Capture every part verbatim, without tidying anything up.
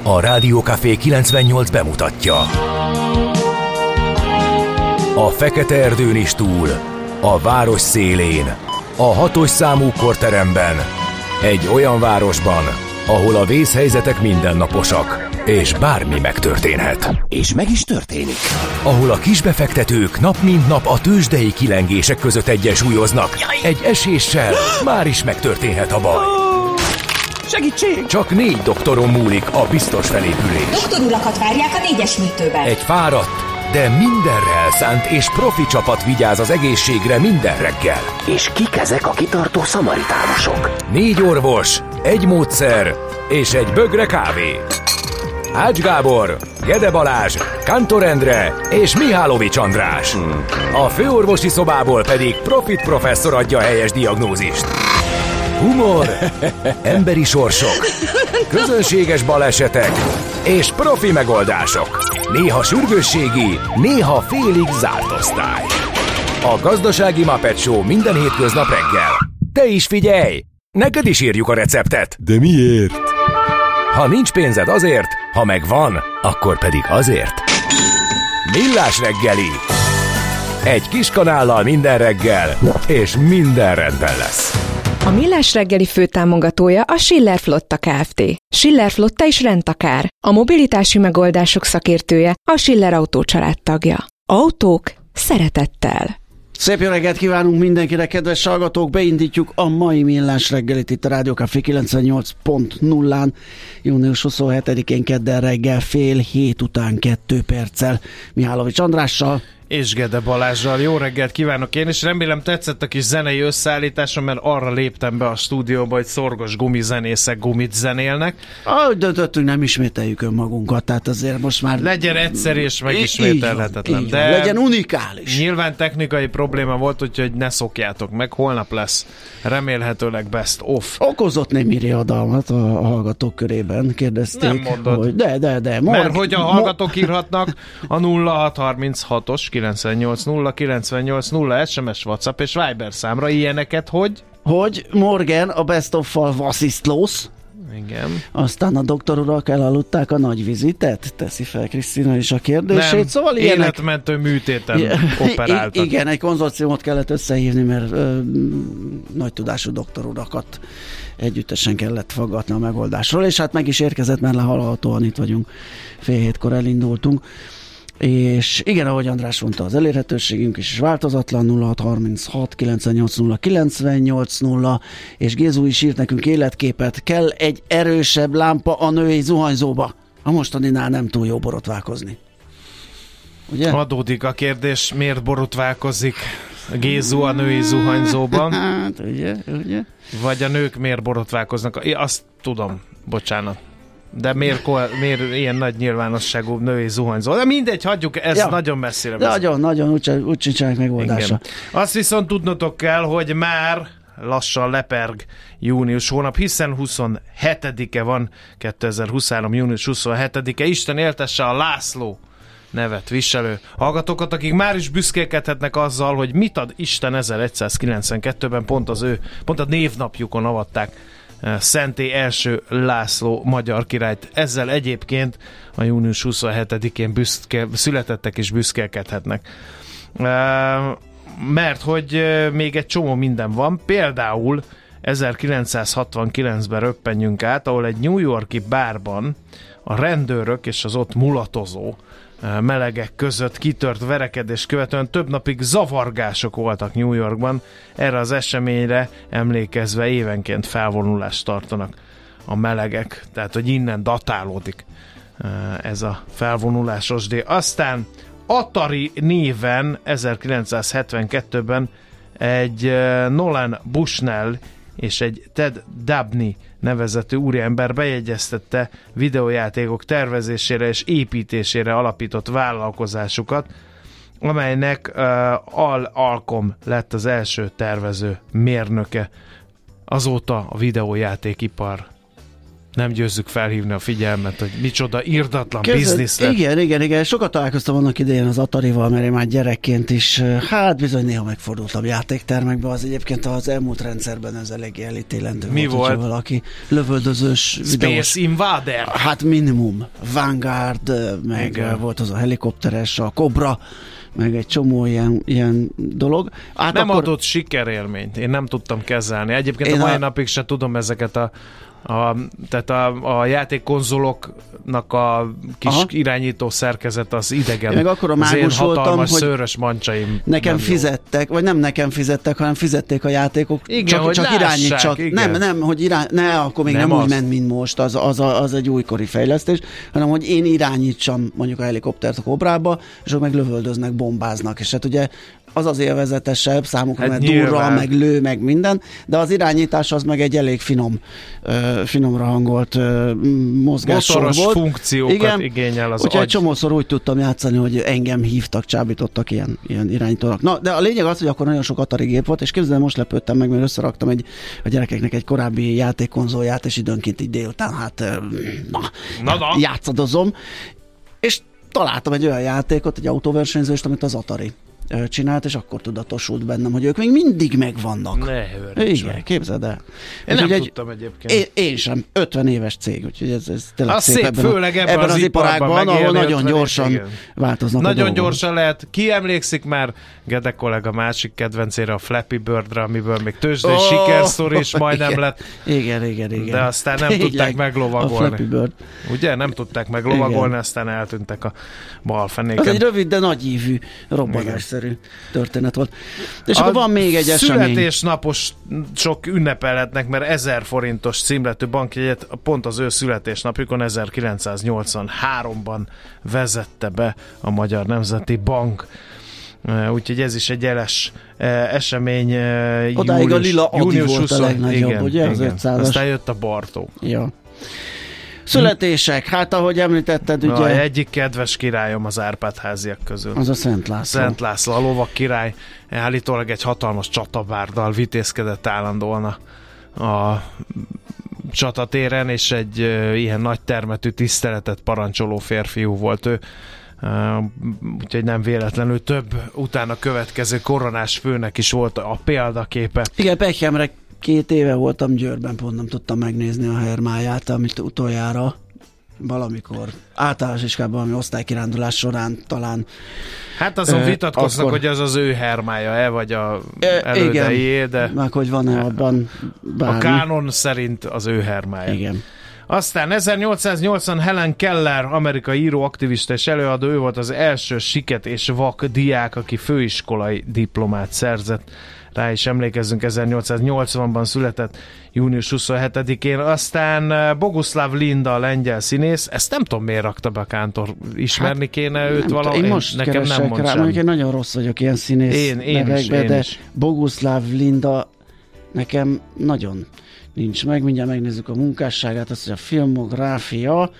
A Rádió Café kilencvennyolc bemutatja. A fekete erdőn is túl, a város szélén, a hatos számú korteremben, egy olyan városban, ahol a vészhelyzetek mindennaposak, és bármi megtörténhet. És meg is történik. Ahol a kisbefektetők nap mint nap a tőzsdei kilengések között egyensúlyoznak. Egy eséssel már is megtörténhet a baj. Segítség! Csak négy doktoron múlik a biztos felépülés. Doktor urakat várják a négyes műtőben. Egy fáradt, de mindenre elszánt és profi csapat vigyáz az egészségre minden reggel. És kik ezek a kitartó szamaritánusok? Négy orvos, egy módszer és egy bögre kávé. Ács Gábor, Gede Balázs, Kántor Endre és Mihálovics András. Hmm. A főorvosi szobából pedig Profit professzor adja a helyes diagnózist. Humor, emberi sorsok, közönséges balesetek és profi megoldások. Néha sürgősségi, néha félig zárt osztály. A Gazdasági Muppet Show minden hétköznap reggel. Te is figyelj! Neked is írjuk a receptet. De miért? Ha nincs pénzed azért, ha megvan, akkor pedig azért. Millás reggeli. Egy kis kanállal minden reggel, és minden rendben lesz. A Millás reggeli főtámogatója a Schiller Flotta Kft. Schiller Flotta és rendtakár. A mobilitási megoldások szakértője, a Schiller Autó család tagja. Autók szeretettel. Szép jó reggelt kívánunk mindenkinek, kedves hallgatók! Beindítjuk a mai Millás reggelit itt a Rádió Café kilencvennyolc pont nullán. június huszonhetedikén kedden reggel fél hét után kettő perccel Mihálovics Andrással és Gede Balázsral. Jó reggelt kívánok én, és remélem tetszett a kis zenei összeállításom, mert arra léptem be a stúdióba, hogy szorgos gumizenészek gumit zenélnek. Ahogy döntöttünk, nem ismételjük önmagunkat, tehát azért most már... Legyen egyszerű és megismételhetetlen. Így van, így van. Legyen unikális. Nyilván technikai probléma volt, úgyhogy ne szokjátok meg. Holnap lesz remélhetőleg best of. Okozott némi riadalmat a hallgatók körében, kérdezték. Nem mondod. Hogy de, de, de. Morg... Mert hogy a hallgatók írhatnak a nulla hat harminchatos kilencvennyolc nulla kilencvennyolc nulla es em es, WhatsApp és Viber számra ilyeneket, hogy... Hogy Morgan a Best of-fal vasszisztlósz. Igen. Aztán a doktor urak elaludták a nagy vizitet, teszi fel Krisztina is a kérdését. Nem, szóval ilyenek... életmentő műtéten operáltak. Igen, egy konzorciumot kellett összehívni, mert ö, nagy tudású doktor urakat együttesen kellett faggatni a megoldásról, és hát meg is érkezett, mert lehallhatóan itt vagyunk, fél hétkor elindultunk. És igen, ahogy András mondta, az elérhetőségünk is változatlan, nulla hat harminchat kilencvennyolc nulla kilencvennyolc nulla, és Gézu is írt nekünk életképet, kell egy erősebb lámpa a női zuhanyzóba. A mostaninál nem túl jó borotválkozni. Ugye? Adódik a kérdés, miért borotválkozik Gézu a női zuhanyzóban? Hát, ugye, ugye? Vagy a nők miért borotválkoznak? Én azt tudom, bocsánat. De miért, miért ilyen nagy nyilvánosságú női zuhanyzó? De mindegy, hagyjuk, ez ja. nagyon messzire vezet. Nagyon, nagyon, úgy, úgy sincsenek megoldása. Igen. Azt viszont tudnotok kell, hogy már lassan leperg június hónap, hiszen huszonhetedike van, kétezer-huszonhárom. június huszonhetedike. Isten éltesse a László nevet viselő hallgatókat, akik már is büszkélkedhetnek azzal, hogy mit ad Isten ezeregyszázkilencvenkettőben, pont az ő, pont a névnapjukon avatták Szentély első László magyar királyt. Ezzel egyébként a június huszonhetedikén büszke, születettek és büszkélkedhetnek. Mert hogy még egy csomó minden van, például ezerkilencszázhatvankilencben röppenjünk át, ahol egy New York-i bárban a rendőrök és az ott mulatozó melegek között kitört verekedés követően több napig zavargások voltak New Yorkban. Erre az eseményre emlékezve évenként felvonulást tartanak a melegek, tehát hogy innen datálódik ez a felvonulásos díj. Aztán Atari néven ezerkilencszázhetvenkettőben egy Nolan Bushnell és egy Ted Dabney nevezetű úriember bejegyeztette videójátékok tervezésére és építésére alapított vállalkozásukat, amelynek uh, Al Alcom lett az első tervező mérnöke. Azóta a videójátékipar nem győzzük felhívni a figyelmet, hogy micsoda irdatlan Kezdet, biznisz lett. Igen, igen, igen. Sokat találkoztam annak idején az Atarival, mert én már gyerekként is, hát bizony néha megfordultam játéktermekbe, az egyébként az elmúlt rendszerben ez eléggé elítélendő Mi volt, volt? hogyha valaki lövöldözős Space videós, Invader? hát minimum Vanguard, meg Igen. volt az a helikopteres, a Cobra, meg egy csomó ilyen, ilyen dolog. Hát Nem akkor, adott sikerélményt, én nem tudtam kezelni. Egyébként Én a mai a- napig se tudom ezeket a A, tehát a, a játékkonzoloknak a kis Aha. irányító szerkezet az idegen. Én meg akkor a az én mágus voltam, hatalmas hogy szőrös mancsaim. nekem nem jó. fizettek, vagy nem nekem fizettek, hanem fizették a játékok. Igen, csak, hogy csak lássák, irányítsak. igen. Nem, nem, hogy irány, ne, akkor még Nem nem, úgy az. ment, mint most, az, az, az egy újkori fejlesztés, hanem hogy én irányítsam mondjuk a helikoptert a Kobrába, és ők meg lövöldöznek, bombáznak, és hát ugye az az élvezetesebb számukra, Hát mert durra, nyilván. meg lő, meg minden, de az irányítás az meg egy elég finom, ö, finomra hangolt ö, mozgássor Motoros volt. funkciókat Igen. igényel az Úgyhogy egy agy. csomószor úgy tudtam játszani, hogy engem hívtak, csábítottak ilyen, ilyen irányítónak. Na, de a lényeg az, hogy akkor nagyon sok Atari gép volt, és képzeld, most lepődtem meg, mert összeraktam egy, a gyerekeknek egy korábbi játékkonzolját, és időnként így délután, hát ö, na, Na, na. játszadozom, és találtam egy olyan játékot, egy autóversenyzőst, amit az Atari ö, csinált, és akkor tudatosult bennem, hogy ők még mindig megvannak. Ne hőrjíts Igen, meg. képzeld el. Én Úgyhogy nem egy- tudtam egyébként. Én, én sem, ötven éves cég, úgyhogy ez, ez tényleg Az szép, szép, ebben, főleg a, ebben ebben az az iparban iparágban, ahol megélni nagyon ötven gyorsan igen. változnak a Nagyon dolgok. gyorsan lehet. Ki emlékszik már Gede kollega másik kedvencére, a Flappy Birdre, amiből még tőzsdei Ó, sikersztori is majdnem igen. lett, Igen, igen, igen. de aztán nem Tényleg, tudták a meglovagolni. Flappy Bird. Ugye? Nem tudták meglovagolni, Igen. aztán eltűntek a Az egy balfenéken. rövid, de nagyívű, robbanásszerű történet volt. És akkor van még egy esemény. Születésnapos sok ünnepelhetnek, mert ezer forintos címletű bankjegyet pont az ő születésnapjukon ezerkilencszáznyolcvanháromban vezette be a Magyar Nemzeti Bank. Uh, Úgyhogy ez is egy jeles uh, esemény. Uh, Odáig a július- lila Adi június volt a huszonegyedikén. legnagyobb, igen, ugye, az igen. ötszázas? Aztán jött a Bartó. Ja. Születések, hát ahogy említetted, ugye, A egyik kedves királyom az Árpád-háziak közül. az a Szent László. Szent László, a lovak király, állítólag egy hatalmas csatabárdal vitézkedett állandóan a, a csatatéren, és egy uh, ilyen nagy termetű tiszteletet parancsoló férfiú volt ő. Uh, úgyhogy nem véletlenül több utána következő koronás főnek is volt a példaképe. Igen, Pechemre két éve voltam Győrben, pont nem tudtam megnézni a hermáját, amit utoljára valamikor általános iskolában, valami osztálykirándulás során talán. Hát azon Ö, vitatkoznak, akkor- hogy az az ő hermája-e, vagy a Ö, elődeié, de Meg hogy van-e abban bármi. a kánon szerint az ő hermája. Igen. Aztán ezernyolcszáznyolcvan Helen Keller, amerikai író, aktivista és előadó, ő volt az első siket és vak diák, aki főiskolai diplomát szerzett. Rá is emlékezzünk, ezernyolcszáznyolcvanban született, június huszonhetedikén. Aztán Boguszláv Linda, a lengyel színész, ezt nem tudom miért rakta be a Kántor, ismerni hát, kéne őt Nem, valahogy. én most nekem keresek nem mond rá, sem. mondjuk én nagyon rossz vagyok ilyen színész Én- én is, nevekbe, én de is. Boguszláv Linda nekem nagyon nincs meg. Mindjárt megnézzük a munkásságát, azt, hogy a filmográfia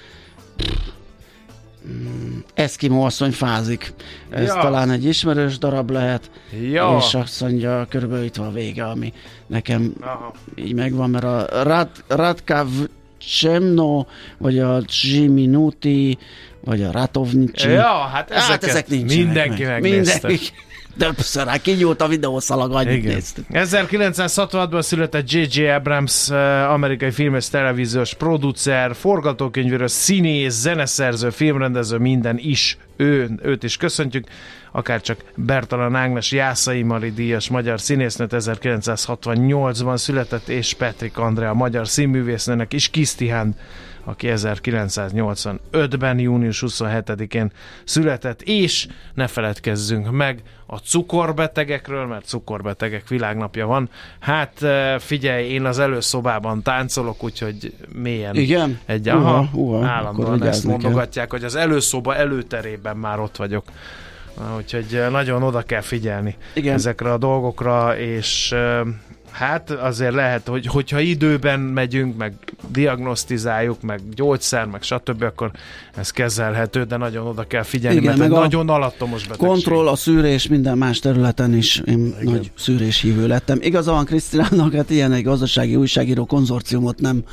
Mm, Eszkimó asszony fázik. Ez Ja. talán egy ismerős darab lehet, Ja. és azt mondja, körülbelül itt van a vége, ami nekem Aha. így megvan, mert a Rad, Radkav Csemno, vagy a Zsiminuti, vagy a Ratovnicsi. Ja, hát ezeket Hát ezek nincsenek mindenki meg. megnézte. Mindenki. Többször, hát kinyúlt a videószalag, annyit Igen. néztük. ezerkilencszázhatvanhatban született J J Abrams, eh, amerikai film és televíziós producer, forgatókönyvíró, színész, zeneszerző, filmrendező, minden is. Ő, őt is köszöntjük. Akárcsak Bertalan Ágnes, Jászai Mari díjas magyar színésznőt ezerkilencszázhatvannyolcban született, és Petrik Andrea, magyar színművésznőnek is Kisztihán, aki ezerkilencszáznyolcvanötben június huszonhetedikén született, és ne feledkezzünk meg a cukorbetegekről, mert cukorbetegek világnapja van. Hát figyelj, én az előszobában táncolok, úgyhogy mélyen Igen? egy, aha, Uha, uha, állandóan akkor vigyázz ezt nekem. mondogatják, hogy az előszoba előterében már ott vagyok. Úgyhogy nagyon oda kell figyelni Igen. ezekre a dolgokra, és hát azért lehet, hogy hogyha időben megyünk, meg diagnosztizáljuk, meg gyógyszer, meg stb., akkor ez kezelhető, de nagyon oda kell figyelni, Igen, mert meg egy a nagyon alattomos betegség. Kontroll, a szűrés minden más területen is én Igen. nagy szűrés hívő lettem. Igaza van Krisztinának, hát ilyen egy gazdasági újságíró konzorciumot nem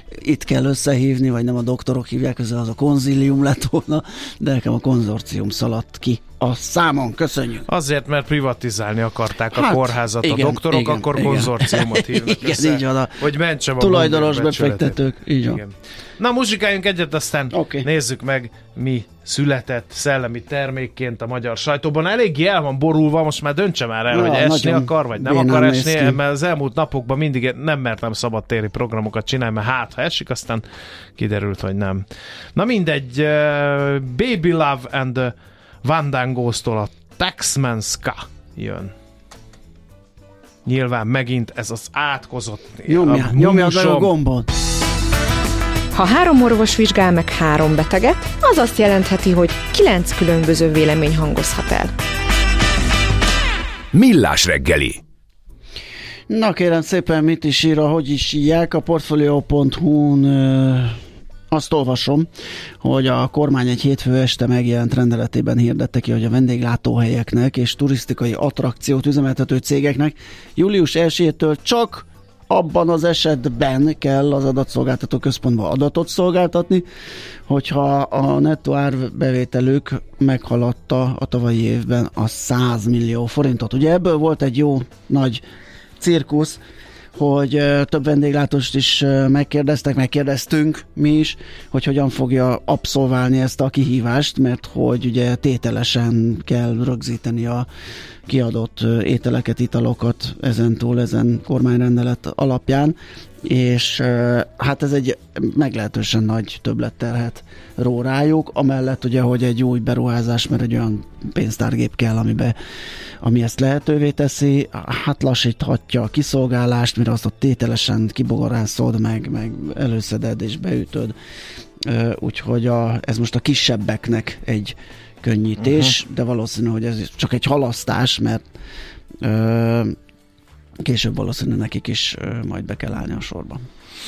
itt kell összehívni, vagy nem a doktorok hívják, ez az a konzílium lett volna, de nekem a konzorcium szaladt ki a számon. Köszönjük. Azért, mert privatizálni akarták hát, a kórházat igen, a doktorok, igen, akkor igen. konzorciumot hívnak igen, össze, így van a hogy mentsem a tulajdonos befektetők. Így van. Igen. Na, muzsikáljunk egyet, aztán okay. nézzük meg, mi született szellemi termékként a magyar sajtóban. Eléggé el van borulva, most már döntse már el, ja, hogy esni akar, vagy nem akar esni, mert az elmúlt napokban mindig nem mertem szabadtéri programokat csinálni, mert hát, ha esik, aztán kiderült, hogy nem. Na mindegy, uh, Baby Love and the Vandangóztól a Taxman-ska jön. Nyilván megint ez az átkozott Nyomja, nyomja a gombot. Ha három orvos vizsgál meg három beteget, az azt jelentheti, hogy kilenc különböző vélemény hangozhat el. Millás reggeli. Na kérem szépen, mit is ír, hogy is írják a portfolio pont hu-n ö, azt olvasom, hogy a kormány egy hétfő este megjelent rendeletében hirdette ki, hogy a vendéglátóhelyeknek és turisztikai attrakciót üzemeltető cégeknek július elsejétől csak abban az esetben kell az adatszolgáltató központba adatot szolgáltatni, hogyha a nettó árbevételük meghaladta a tavalyi évben a száz millió forintot. Ugye ebből volt egy jó nagy cirkusz, hogy uh, több vendéglátóst is uh, megkérdeztek, megkérdeztünk mi is, hogy hogyan fogja abszolválni ezt a kihívást, mert hogy ugye tételesen kell rögzíteni a kiadott uh, ételeket, italokat ezentúl, ezen kormányrendelet alapján, és uh, hát ez egy meglehetősen nagy többlet terhet ró rájuk, amellett ugye, hogy egy új beruházás, mert egy olyan pénztárgép kell, amibe, ami ezt lehetővé teszi, hát lassíthatja a kiszolgálást, mire azt ott tételesen kibogarászod, meg, meg előszeded és beütöd, uh, úgyhogy a, ez most a kisebbeknek egy könnyítés, uh-huh. de valószínű, hogy ez csak egy halasztás, mert uh, később valószínű nekik is uh, majd be kell állni a sorban.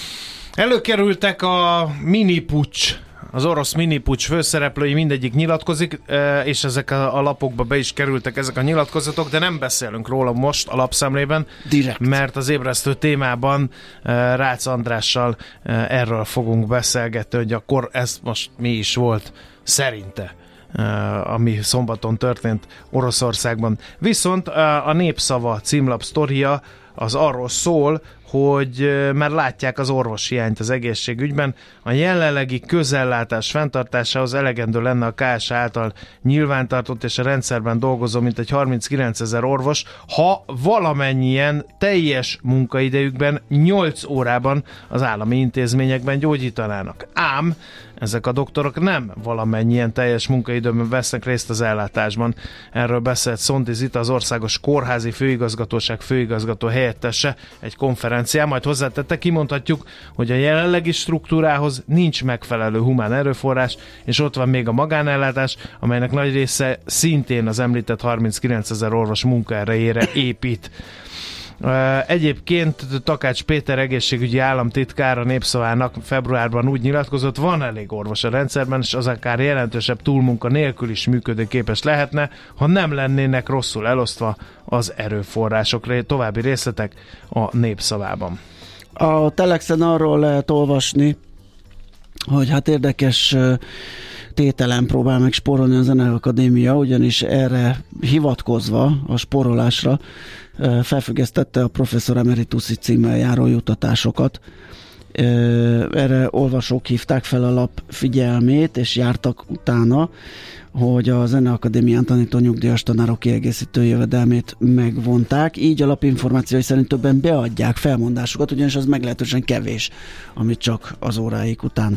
Előkerültek a minipucs, az orosz minipucs főszereplői, mindegyik nyilatkozik, és ezek a lapokba be is kerültek ezek a nyilatkozatok, de nem beszélünk róla most a lapszemlében, direkt, mert az ébresztő témában Rácz Andrással erről fogunk beszélgetni, hogy akkor ez most mi is volt szerinte, ami szombaton történt Oroszországban. Viszont a Népszava címlap sztoria az arról szól, hogy már látják az orvoshiányt az egészségügyben. A jelenlegi közellátás fenntartásához elegendő lenne a ká es által nyilvántartott és a rendszerben dolgozó mintegy harminckilencezer orvos, ha valamennyien teljes munkaidejükben nyolc órában az állami intézményekben gyógyítanának. Ám ezek a doktorok nem valamennyien teljes munkaidőben vesznek részt az ellátásban. Erről beszélt Szondi Zita, az Országos Kórházi Főigazgatóság főigazgató helyettese egy konferencián, majd hozzátette, kimondhatjuk, hogy a jelenlegi struktúrához nincs megfelelő humán erőforrás, és ott van még a magánellátás, amelynek nagy része szintén az említett harminckilencezer orvos munkaerejére épít. Egyébként Takács Péter egészségügyi államtitkár a Népszavának februárban úgy nyilatkozott, van elég orvos a rendszerben, és az akár jelentősebb túlmunka nélkül is működőképes lehetne, ha nem lennének rosszul elosztva az erőforrások. További részletek a Népszavában. A Telexen arról lehet olvasni, hogy hát érdekes tételen próbál meg spórolni a Zeneakadémia, ugyanis erre hivatkozva, a spórolásra felfüggesztette a professzor emerituszi címmel járó juttatásokat. Erre olvasók hívták fel a lap figyelmét, és jártak utána, hogy a Zeneakadémián tanító nyugdíjas tanárok kiegészítő jövedelmét megvonták, így a lapinformációi szerint többen beadják felmondásukat, ugyanis az meglehetősen kevés, amit csak az óráik után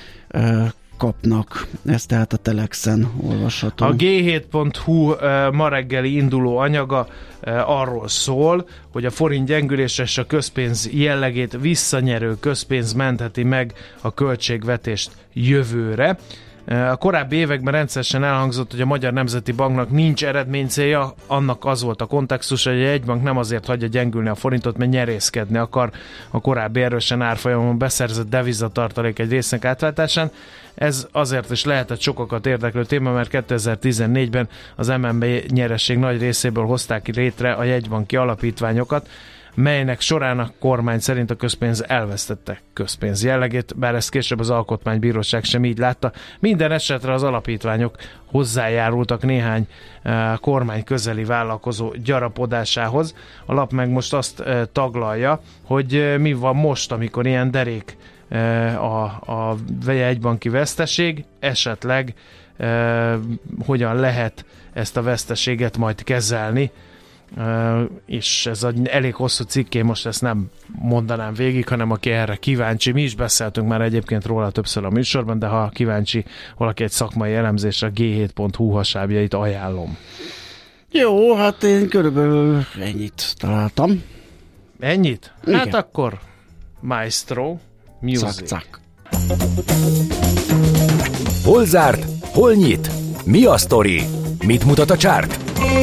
kapnak. Ez tehát a Telexen olvasható. A gé hét pont hú ma reggeli induló anyaga arról szól, hogy a forint gyengülése és a közpénz jellegét visszanyerő közpénz mentheti meg a költségvetést jövőre. A korábbi években rendszeresen elhangzott, hogy a Magyar Nemzeti Banknak nincs eredménycélja, annak az volt a kontextus, hogy a jegybank nem azért hagyja gyengülni a forintot, mert nyerészkedni akar a korábbi erősen árfolyamon beszerzett devizatartalék egy résznek átváltásán. Ez azért is lehetett sokakat érdeklő téma, mert kétezer-tizennégyben az em en bé nyeresség nagy részéből hozták létre a jegybanki alapítványokat. melynek során a kormány szerint a közpénz elvesztette közpénz jellegét, bár ezt később az Alkotmánybíróság sem így látta. Minden esetre az alapítványok hozzájárultak néhány uh, kormány közeli vállalkozó gyarapodásához. A lap meg most azt uh, taglalja, hogy uh, mi van most, amikor ilyen derék uh, a, a jegybanki veszteség, esetleg uh, hogyan lehet ezt a veszteséget majd kezelni. Uh, és ez egy elég hosszú cikké, most ezt nem mondanám végig, hanem aki erre kíváncsi, mi is beszéltünk már egyébként róla többször a műsorban, de ha kíváncsi valaki egy szakmai elemzésre, gé hét pont hú hasábjait ajánlom. Jó, hát én körülbelül ennyit találtam. Ennyit? Igen. Hát akkor Maestro Music. Cak, cak. Hol zárt? Hol nyit? Mi a sztori? Mit mutat a csárt?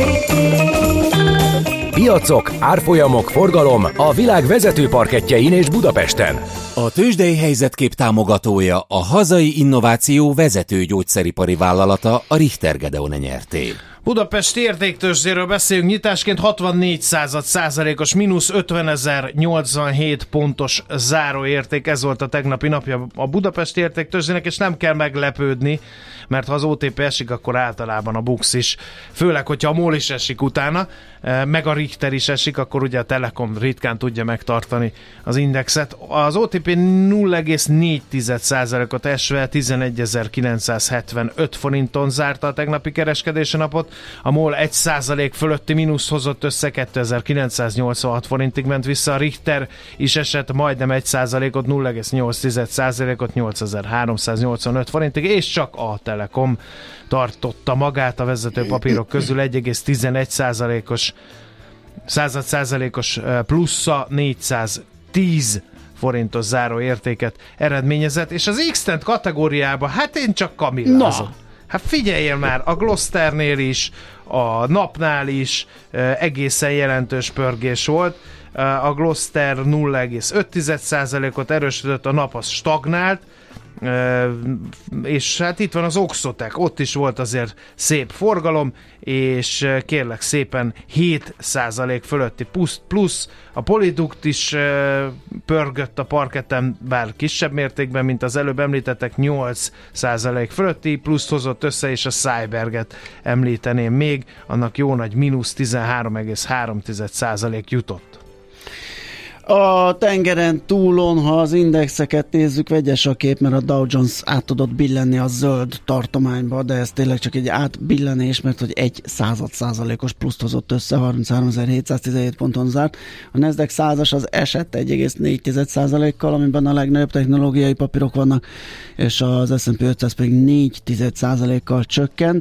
Piacok, árfolyamok, forgalom a világ vezető parkettjein és Budapesten. A tőzsdei helyzetkép támogatója a hazai innováció vezető gyógyszeripari vállalata, a Richter Gedeon nyerté. Budapesti értéktőzsdéről beszélünk, nyitásként hatvannégy század százalékos mínusz, ötvenezer-nyolcvanhét pontos záróérték, ez volt a tegnapi napja a Budapesti értéktőzsdének, és nem kell meglepődni, mert ha az o té pé esik, akkor általában a Bux is, főleg, hogyha a MOL is esik utána, meg a Richter is esik, akkor ugye a Telekom ritkán tudja megtartani az indexet. Az o té pé nulla egész négy százalékot esve tizenegyezer-kilencszázhetvenöt forinton zárta a tegnapi kereskedési napot, a MOL egy százalék fölötti mínusz hozott össze, kétezer-kilencszáznyolcvanhat forintig ment vissza, a Richter is esett majdnem egy százalékot, nulla egész nyolc százalékot, nyolcezer-háromszáznyolcvanöt forintig, és csak a Telekom tartotta magát a vezető papírok közül, egy egész tizenegy százalékos század százalékos plusza, négyszáztíz forintos záró értéket eredményezett, és az X-Tent kategóriában, hát én csak kamillázom. Hát figyeljél már, a Glosternél is, a napnál is egészen jelentős pörgés volt. A Gloster nulla egész öt százalékot erősödött, a nap az stagnált, és hát itt van az Oxotec, ott is volt azért szép forgalom, és kérlek szépen hét százalék fölötti plusz, plusz. A Polyduct is pörgött a parketten, bár kisebb mértékben, mint az előbb említettek, nyolc százalék fölötti plusz hozott össze, és a Cyberget említeném még, annak jó nagy mínusz tizenhárom egész három százalék jutott. A tengeren túlon, ha az indexeket nézzük, vegyes a kép, mert a Dow Jones át tudott billenni a zöld tartományba, de ez tényleg csak egy átbillenés, mert hogy egy század százalékos pluszt hozott össze, harmincháromezer-hétszáztizenhét ponton zárt. A Nasdaq százas az esett egy egész négy százalékkal, amiben a legnagyobb technológiai papírok vannak, és az es and pé ötszáz pedig négy százalékkal csökkent.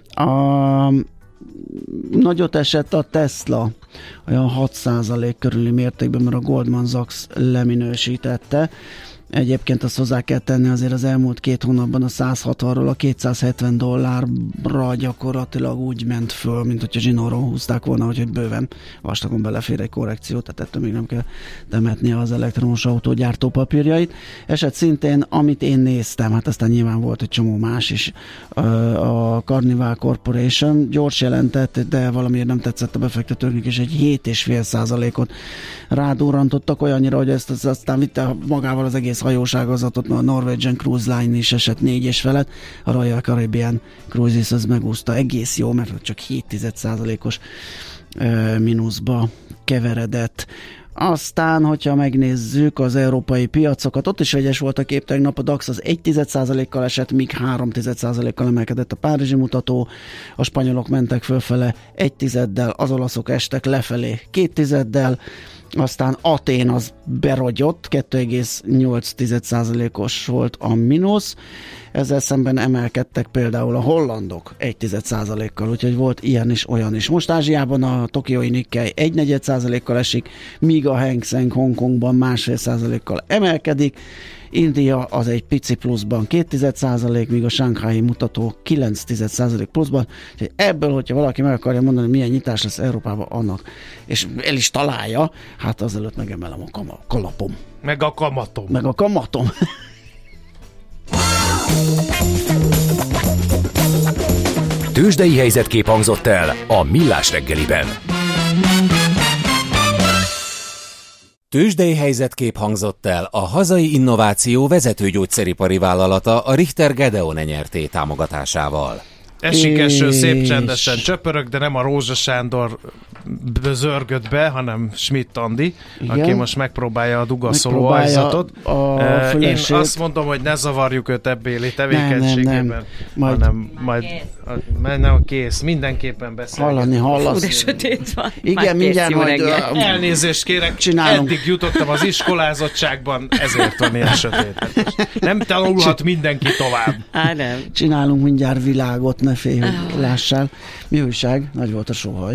A nagyot esett a Tesla, olyan hat százalék körüli mértékben, mert a Goldman Sachs leminősítette. Egyébként azt hozzá kell tenni, azért az elmúlt két hónapban a száz hatvanról a kétszázhetven dollárra gyakorlatilag úgy ment föl, mint hogyha zsinóron húzták volna, hogy bőven vastagon belefér egy korrekció, tehát ettől még nem kell temetni az elektromos autógyártó papírjait. Eset szintén, amit én néztem, hát aztán nyilván volt egy csomó más is, a Carnival Corporation gyors jelentett, de valamiért nem tetszett a befektetőknek, és egy hét egész öt százalékot rádurrantottak olyannyira, hogy ezt, ezt aztán vitte magával az egész hajóságazatot, mert a Norwegian Cruise Line is esett négy és felett, a Royal Caribbean Cruises az megúszta egész jó, mert csak hét százalékos mínuszba keveredett. Aztán, hogyha megnézzük az európai piacokat, ott is vegyes volt a kép tegnap, a DAX az egy százalékkal esett, míg három százalékkal emelkedett a párizsi mutató, a spanyolok mentek fölfele egy tizeddel, az olaszok estek lefelé két tizeddel, aztán Atén az berogyott, két egész nyolc százalékos volt a mínusz, ezzel szemben emelkedtek például a hollandok egy százalékkal, úgyhogy volt ilyen is, olyan is. Most Ázsiában a tokiói Nikkei egy negyed százalékkal esik, míg a Hang Seng Hongkongban másfél százalékkal emelkedik, India az egy pici pluszban két százalék, míg a Shanghai mutató kilenc százalék pluszban. Úgyhogy ebből, hogyha valaki meg akarja mondani, hogy milyen nyitás lesz Európában, annak, és el is találja, hát azelőtt megemelem a kama, kalapom. Meg a kamatom. Meg a kamatom. Tőzsdei helyzetkép hangzott el a Millás reggeliben. Tőzsdei helyzetkép hangzott el a hazai innováció vezető gyógyszeripari vállalata a Richter Gedeon Nyrt. Támogatásával. Esik eső, szép csendesen csöpörög, de nem a Rózsa Sándor zörgött be, hanem Schmidt Andi, igen, aki most megpróbálja a dugaszoló ajzatot. Én azt mondom, hogy ne zavarjuk őt ebbéli tevékenységében, nem, nem, nem. Majd... hanem majd nem kész, mindenképpen beszélgetünk. Hallani, hallasz. Fú, de sötét van. Igen, mindjárt majd... Uh, elnézést kérek, csinálunk. Eddig jutottam az iskolázottságban, ezért van ilyen sötét. Nem tanulhat mindenki tovább. Á, nem. Csinálunk mindjárt világot, ne félj, hogy lássál. Mi újság? Nagy volt a sóhaj.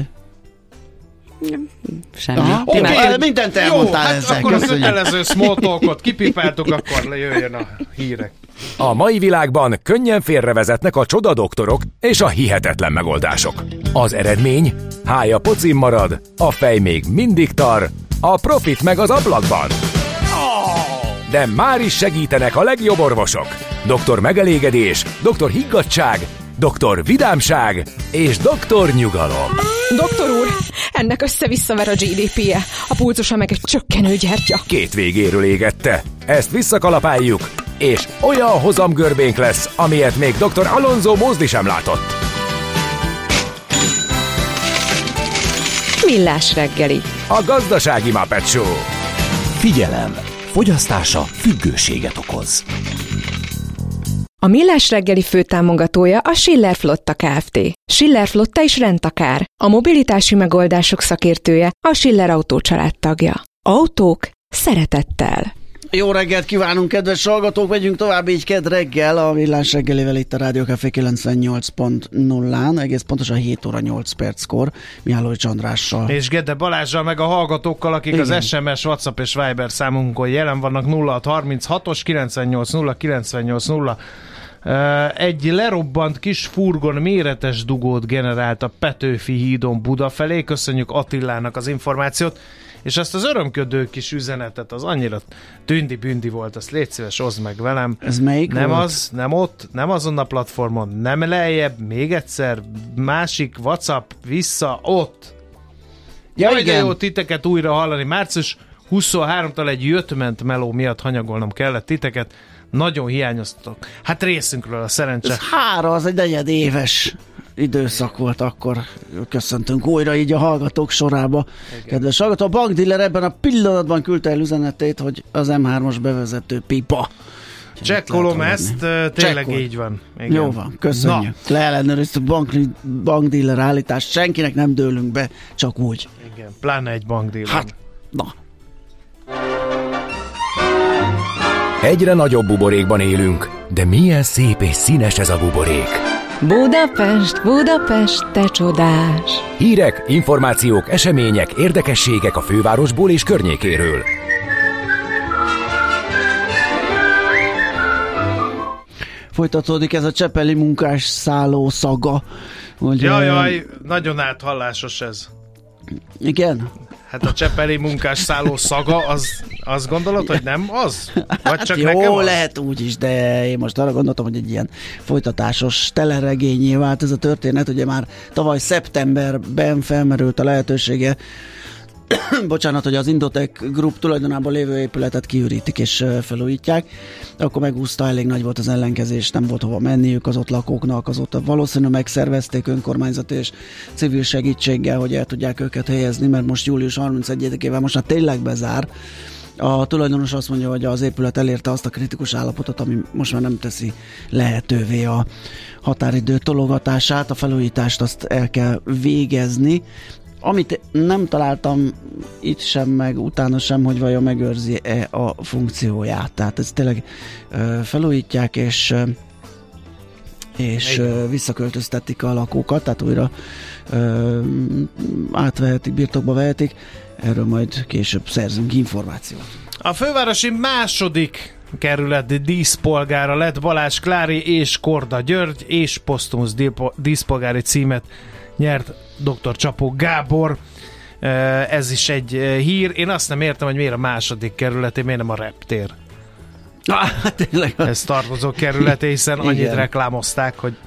Semmi. Oké, okay, mindent elmondtál. Jó, hát akkor az kötelező small talkot kipipáltuk, akkor lejöjjön a hírek. A mai világban könnyen félrevezetnek a csodadoktorok és a hihetetlen megoldások. Az eredmény? Hája pocim marad, a fej még mindig tar, a profit meg az ablakban. De már is segítenek a legjobb orvosok. Doktor Megelégedés, Doktor Higgadtság, Doktor Vidámság és Doktor Nyugalom. Doktor úr, ennek össze-visszaver a gé dé pé-je, a pulzusa meg egy csökkenő gyertya. Két végéről égette. Ezt visszakalapáljuk, és olyan hozamgörbénk lesz, amilyet még Doktor Alonso Mózdi sem látott. Millás reggeli. A gazdasági Muppet Show. Figyelem! Fogyasztása függőséget okoz. A Millás reggeli főtámogatója a Schiller Flotta Kft. Schiller Flotta és Rendtakár, a mobilitási megoldások szakértője, a Schiller Autó család tagja. Autók szeretettel. Jó reggelt kívánunk, kedves hallgatók, megyünk tovább így kedd reggel a Millás reggelivel itt a Rádió Café kilencvennyolc pont nullán, egész pontosan hét óra nyolc perckor Mihálovics Andrással. És Gede Balázsral, meg a hallgatókkal, akik igen, az es em es, WhatsApp és Viber számunkon jelen vannak. Nulla hat harminchatos kilencvennyolc nulla kilencvennyolc nulla. Egy lerobbant kis furgon méretes dugót generált a Petőfi hídon Buda felé. Köszönjük Attilának az információt. És azt az örömködő kis üzenetet, az annyira tündi-bündi volt, azt légy szíves, oszd meg velem. Ez melyik Nem volt? az, nem ott, nem azon a platformon, nem lejjebb, még egyszer, másik, WhatsApp, vissza, ott. Ja, Jaj, igen. de jó titeket újra hallani. március huszonharmadikától egy jöttment meló miatt hanyagolnom kellett titeket. Nagyon hiányoztatok. Hát részünkről a szerencse. Ez hára, az egy negyed éves időszak volt, akkor köszöntünk újra így a hallgatók sorába. Igen. Kedves hallgató, a bankdiller ebben a pillanatban küldte el üzenetét, hogy az em hármas bevezető pipa. Csekkolom ezt, tényleg Csekkol. Így van. Igen. Jó van, köszönjük. Na. Leellenőriztük a bank, bankdiller állítást, senkinek nem dőlünk be, csak úgy. Igen, pláne egy bankdiller. Hát, na. Egyre nagyobb buborékban élünk, de milyen szép és színes ez a buborék. Budapest, Budapest, te csodás! Hírek, információk, események, érdekességek a fővárosból és környékéről. Folytatódik ez a csepeli munkás szálló szaga. Jaj, jaj, nagyon áthallásos ez. Igen? Hát a csepeli munkás szálló szaga, az, azt gondolod, hogy nem az? Vagy csak hát nekem jó, az? lehet úgy is, de én most arra gondoltam, hogy egy ilyen folytatásos teleregényé vált ez a történet. Ugye már tavaly szeptemberben felmerült a lehetősége, bocsánat, hogy az Indotech Group tulajdonában lévő épületet kiürítik és felújítják. Akkor megúszta, elég nagy volt az ellenkezés, nem volt hova menniük az ott lakóknak, azóta valószínűleg megszervezték önkormányzati és civil segítséggel, hogy el tudják őket helyezni, mert most július harmincegyedikével most már tényleg bezár. A tulajdonos azt mondja, hogy az épület elérte azt a kritikus állapotot, ami most már nem teszi lehetővé a határidő tologatását, a felújítást azt el kell végezni. Amit nem találtam itt sem, meg utána sem, hogy vajon megőrzi-e a funkcióját. Tehát ezt tényleg ö, felújítják, és, ö, és ö, visszaköltöztetik a lakókat, tehát újra ö, átvehetik, birtokba vehetik. Erről majd később szerzünk információt. A fővárosi második kerület díszpolgára lett Balázs Klári és Korda György, és posztumusz díszpolgári címet nyert doktor Csapó Gábor. Ez is egy hír. Én azt nem értem, hogy miért a második kerületé, miért nem a reptér. Ah, tényleg. Ez tartozó kerületé, hiszen annyit reklámozták, hogy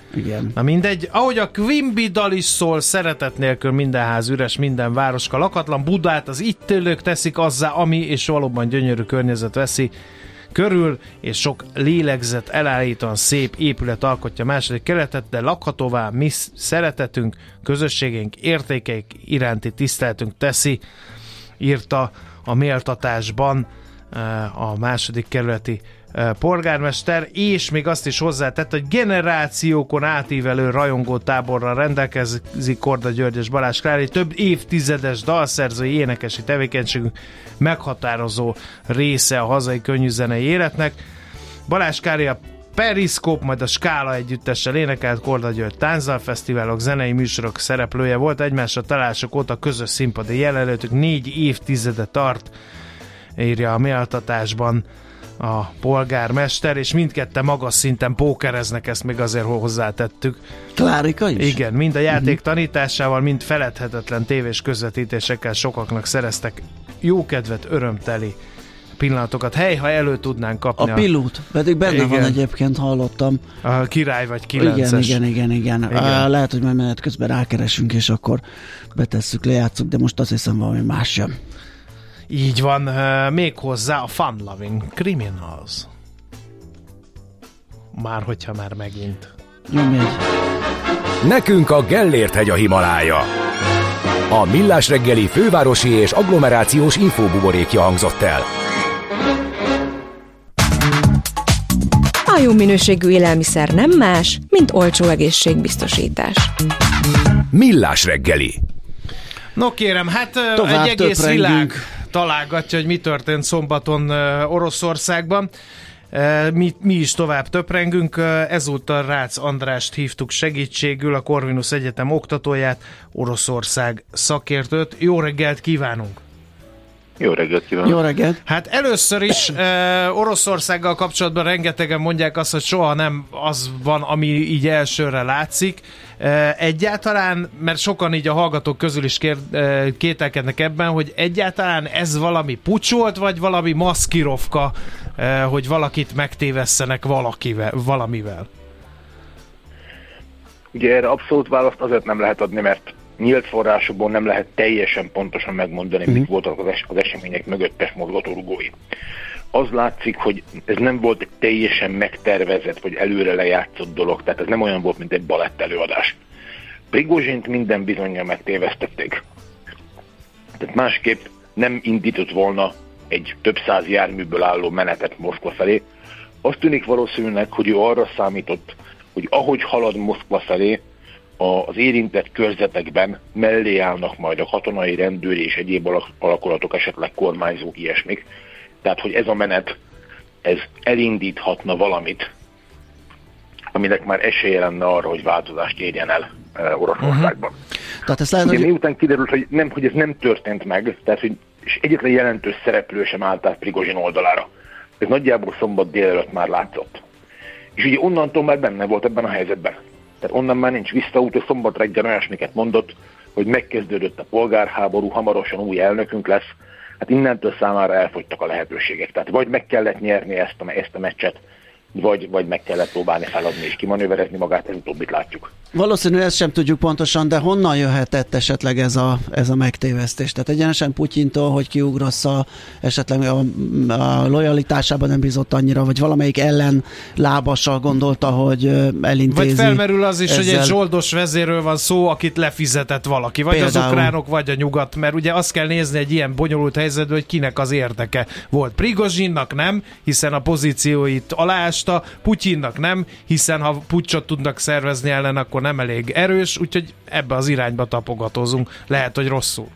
Igen. Na mindegy, ahogy a Quimby dal is szól, szeretet nélkül minden ház üres, minden városka lakatlan, Budát az itt élők teszik azzá, ami, és valóban gyönyörű környezet veszi körül, és sok lélegzet elállítóan szép épület alkotja második keletet, de lakhatóvá mi szeretetünk, közösségünk, értékeik iránti tiszteletünk teszi, írta a méltatásban a második kerületi polgármester, és még azt is hozzátett, hogy generációkon átívelő rajongó táborral rendelkezik Korda György és Balázs Klári, több évtizedes dalszerzői énekesi tevékenységünk meghatározó része a hazai könnyűzenei életnek. Balázs Klári a Periszkóp, majd a Skála együttessel énekelt, Korda György táncdalfesztiválok, zenei műsorok szereplője volt, egymásra találások óta közös színpadi jelenlétük négy évtizede tart, írja a méltatásban a polgármester, és mindketten magas szinten pókereznek, ezt még azért hozzátettük. Klárika is? Igen, mind a játék uh-huh. tanításával, mind feledhetetlen tévés közvetítésekkel sokaknak szereztek jókedvet, örömteli pillanatokat. Hely, ha elő tudnánk kapni. A pilót, pedig benne igen. van egyébként, hallottam. A király vagy kilences. Igen, igen, igen, igen. igen. Lehet, hogy majd menet közben rákeresünk, és akkor betesszük, lejátszuk, de most azt hiszem valami más sem. Így van, uh, még hozzá a Fun Loving Criminals. Már hogyha már megint. Nyomj egy. Nekünk a Gellért hegy a Himalája. A Millás reggeli fővárosi és agglomerációs infóbuborékja hangzott el. A jó minőségű élelmiszer nem más, mint olcsó egészségbiztosítás. Millás reggeli. No kérem, hát tovább egy egész töprengünk. világ találgatja, hogy mi történt szombaton Oroszországban. Mi, mi is tovább töprengünk. Ezúttal Rácz Andrást hívtuk segítségül, a Corvinus Egyetem oktatóját, Oroszország szakértőt. Jó reggelt kívánunk! Jó reggelt kívánok! Jó reggelt! Hát először is uh, Oroszországgal kapcsolatban rengetegen mondják azt, hogy soha nem az van, ami így elsőre látszik. Uh, egyáltalán, mert sokan így a hallgatók közül is kér, uh, kételkednek ebben, hogy egyáltalán ez valami puccs volt, vagy valami maszkirovka, uh, hogy valakit megtévesszenek valakivel, valamivel. Ugye erre abszolút választ azért nem lehet adni, mert nyílt forrásokból nem lehet teljesen pontosan megmondani, uh-huh. mik voltak az, es- az események mögöttes mozgatórugói. Az látszik, hogy ez nem volt egy teljesen megtervezett, vagy előre lejátszott dolog, tehát ez nem olyan volt, mint egy balett előadás. Prigozsint minden bizonnyal megtévesztették. Tehát másképp nem indított volna egy több száz járműből álló menetet Moszkva felé. Azt tűnik valószínűleg, hogy ő arra számított, hogy ahogy halad Moszkva felé, az érintett körzetekben mellé állnak majd a katonai, rendőri és egyéb alakulatok, esetleg kormányzók, ilyesmik. Tehát, hogy ez a menet, ez elindíthatna valamit, aminek már esélye lenne arra, hogy változást érjen el Oroszországban. Uh-huh. Tehát ezt lehet, Ugye, hogy... miután kiderült, hogy, nem, hogy ez nem történt meg, tehát, hogy és egyetlen jelentős szereplő sem állt át Prigozsin oldalára. Ez nagyjából szombat délelőtt már látszott. És ugye onnantól már benne volt ebben a helyzetben. Tehát onnan már nincs visszaút, hogy szombat reggel olyasmiket mondott, hogy megkezdődött a polgárháború, hamarosan új elnökünk lesz. Hát innentől számára elfogytak a lehetőségek. Tehát vagy meg kellett nyerni ezt a, ezt a meccset, vagy, vagy meg kellett próbálni feladni és kimanőverezni magát, ez utóbbit látjuk. Valószínűleg ezt sem tudjuk pontosan, de honnan jöhetett esetleg ez a, ez a megtévesztés? Tehát egyenesen Putyintól, hogy kiugrassza, esetleg a, a lojalitásában nem bízott annyira, vagy valamelyik ellen lábassal gondolta, hogy elintézi. Vagy felmerül az is, ezzel... hogy egy zsoldos vezérről van szó, akit lefizetett valaki, vagy például az ukránok, vagy a nyugat, mert ugye azt kell nézni egy ilyen bonyolult helyzetben, hogy kinek az érdeke volt. Prigozsinnak nem, hiszen a pozícióit aláásta, Putyinnak nem, hiszen ha puccsot tudnak szervezni ellen, akkor nem elég erős, úgyhogy ebbe az irányba tapogatózunk. Lehet, hogy rosszul.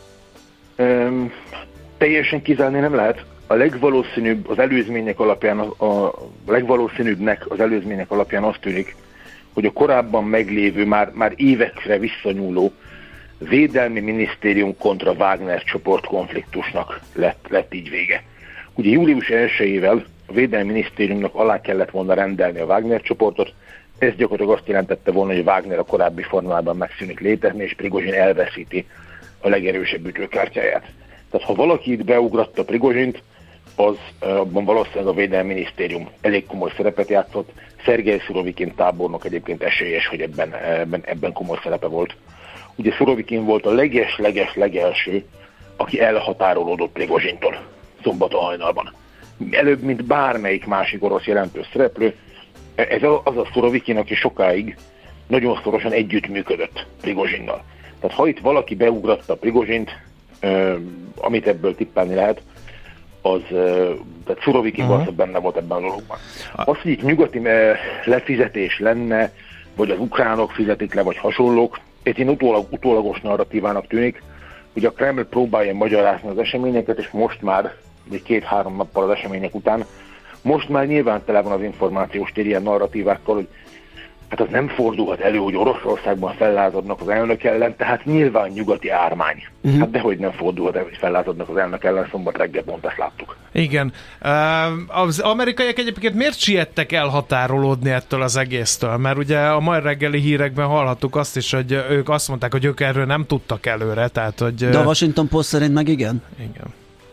Um, teljesen kizárni nem lehet. A legvalószínűbb az előzmények alapján, a, a legvalószínűbbnek az előzmények alapján azt tűnik, hogy a korábban meglévő, már, már évekre visszanyúló Védelmi Minisztérium kontra Wagner csoport konfliktusnak lett, lett így vége. Ugye július elsejével a Védelmi Minisztériumnak alá kellett volna rendelni a Wagner csoportot. Ez gyakorlatilag azt jelentette volna, hogy Wagner a korábbi formában megszűnik létezni, és Prigozsin elveszíti a legerősebb ütőkártyáját. Tehát ha valaki itt beugratta Prigozsint, az abban valószínűleg a Védelmi Minisztérium elég komoly szerepet játszott. Szergej Szurovikin tábornok egyébként esélyes, hogy ebben, ebben, ebben komoly szerepe volt. Ugye Szurovikin volt a leges-leges-legelső, aki elhatárolódott Prigozsintól szombaton hajnalban. Előbb, mint bármelyik másik orosz jelentős szereplő, ez az a Szurovikin, aki sokáig nagyon szorosan együttműködött Prigozsinnal. Tehát ha itt valaki beugratta Prigozsint, amit ebből tippelni lehet, az, tehát Szurovikin uh-huh. valószínűleg benne volt ebben a dologban. Az, hogy itt nyugati lefizetés lenne, vagy az ukránok fizetik le, vagy hasonlók, ez én utólag, utólagos narratívának tűnik, hogy a Kreml próbálja magyarázni az eseményeket, és most már, vagy két-három nappal az események után, most már nyilván tele van az információs tér ilyen narratívákkal, hogy hát az nem fordulhat elő, hogy Oroszországban fellázadnak az elnök ellen, tehát nyilván nyugati ármány. Uh-huh. Hát dehogy nem fordulhat elő, hogy fellázadnak az elnök ellen, szombat reggel pont ezt láttuk. Igen. Az amerikaiak egyébként miért siettek elhatárolódni ettől az egésztől? Mert ugye a mai reggeli hírekben hallhattuk azt is, hogy ők azt mondták, hogy ők erről nem tudtak előre, tehát hogy... De a Washington Post szerint meg igen? Igen.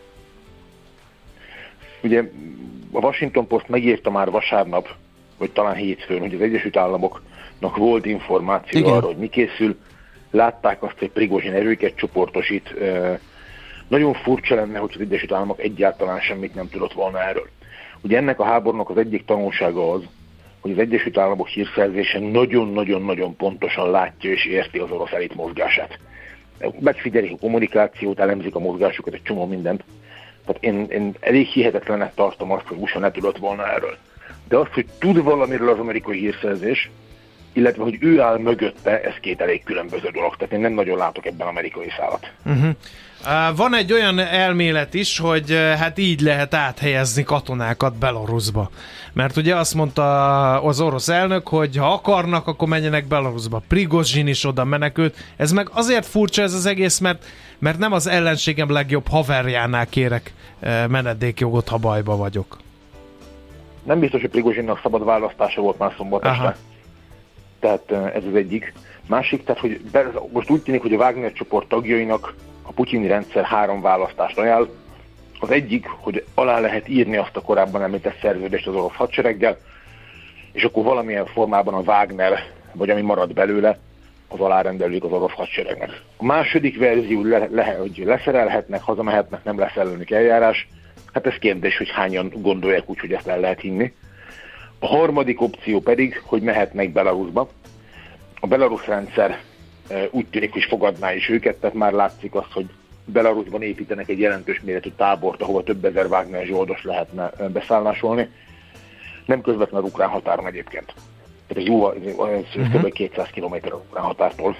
Ugye a Washington Post megírta már vasárnap, vagy talán hétfőn, hogy az Egyesült Államoknak volt információ igen. arra, hogy mi készül. Látták azt, hogy Prigozsin erőket csoportosít. Nagyon furcsa lenne, hogy az Egyesült Államok egyáltalán semmit nem tudott volna erről. Ugye ennek a háborúnak az egyik tanulsága az, hogy az Egyesült Államok hírszerzése nagyon-nagyon-nagyon pontosan látja és érti az orosz elit mozgását. Megfigyelik a kommunikációt, elemzik a mozgásukat, egy csomó mindent. Tehát én, én elég hihetetlennek tartom azt, hogy u es á ne tudott volna erről. De azt, hogy tud valamiről az amerikai hírszerzés, illetve hogy ő áll mögötte, ez két elég különböző dolog. Tehát én nem nagyon látok ebben amerikai szálat. Uh-huh. Uh, van egy olyan elmélet is, hogy uh, hát így lehet áthelyezni katonákat Belarusba. Mert ugye azt mondta az orosz elnök, hogy ha akarnak, akkor menjenek Belarusba. Prigozsin is oda menekült. Ez meg azért furcsa ez az egész, mert, mert nem az ellenségem legjobb haverjánál kérek uh, menedékjogot, ha bajba vagyok. Nem biztos, hogy Prigozsinnak szabad választása volt már szombat este. Tehát ez az egyik. Másik, tehát hogy be, most úgy tűnik, hogy a Wagner csoport tagjainak a putyini rendszer három választást ajánl. Az egyik, hogy alá lehet írni azt a korábban említett szerződést az orosz hadsereggel, és akkor valamilyen formában a Wagner, vagy ami marad belőle, az alárendelődik az orosz hadseregnek. A második verzió, le, le, hogy leszerelhetnek, hazamehetnek, nem lesz ellenük eljárás. Hát ez kérdés, hogy hányan gondolják úgy, hogy ezt el lehet hinni. A harmadik opció pedig, hogy mehetnek Belarusba. A belarusz rendszer úgy tűnik, hogy fogadná is őket, tehát már látszik azt, hogy Belarusban építenek egy jelentős méretű tábort, ahova több ezer Wagner zsoldos lehetne beszállásolni. Nem közvetlenül az ukrán határon egyébként. Tehát ez jóval, ez uh-huh. kb. kétszáz kilométer az ukrán határtól.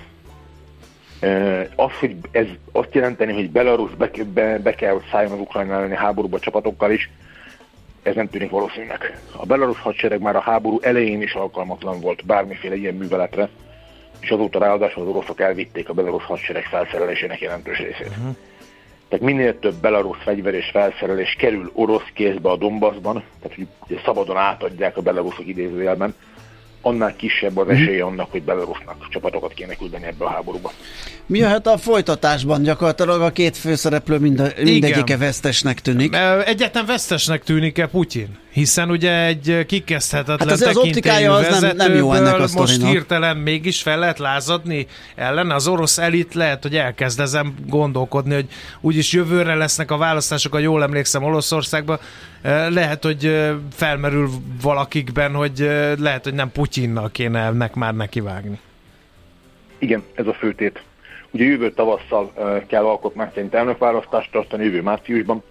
Az, hogy ez azt jelenteni, hogy Belarus be, be, be kell, hogy szálljon az Ukrajna elleni háborúba csapatokkal is, ez nem tűnik valószínűleg. A belarusz hadsereg már a háború elején is alkalmatlan volt bármiféle ilyen műveletre, és azóta ráadásul az oroszok elvitték a belarusz hadsereg felszerelésének jelentős részét. Uh-huh. Tehát minél több belarusz fegyver és felszerelés kerül orosz kézbe a Donbassban, tehát hogy szabadon átadják a belaruszok idézőjelben, annál kisebb az esélye annak, hogy Belarusnak csapatokat kéne küldeni ebbe a háborúba. Mi jöhet a folytatásban? Gyakorlatilag a két főszereplő mind, mindegyike vesztesnek tűnik. Egyáltalán vesztesnek tűnik-e Putyin? Hiszen ugye egy kikezdhetetlen hát tekintélyű az nem, nem jó ennek a most hirtelen mégis fel lehet lázadni ellen. Az orosz elit lehet, hogy elkezd ezen gondolkodni, hogy úgyis jövőre lesznek a választások, ha jól emlékszem, Olaszországban. Lehet, hogy felmerül valakikben, hogy lehet, hogy nem Putyinnal kéne ennek már nekivágni. Igen, ez a főtét. Ugye jövő tavasszal kell alkotmány szerint elnökválasztást tartani, jövő márciusban.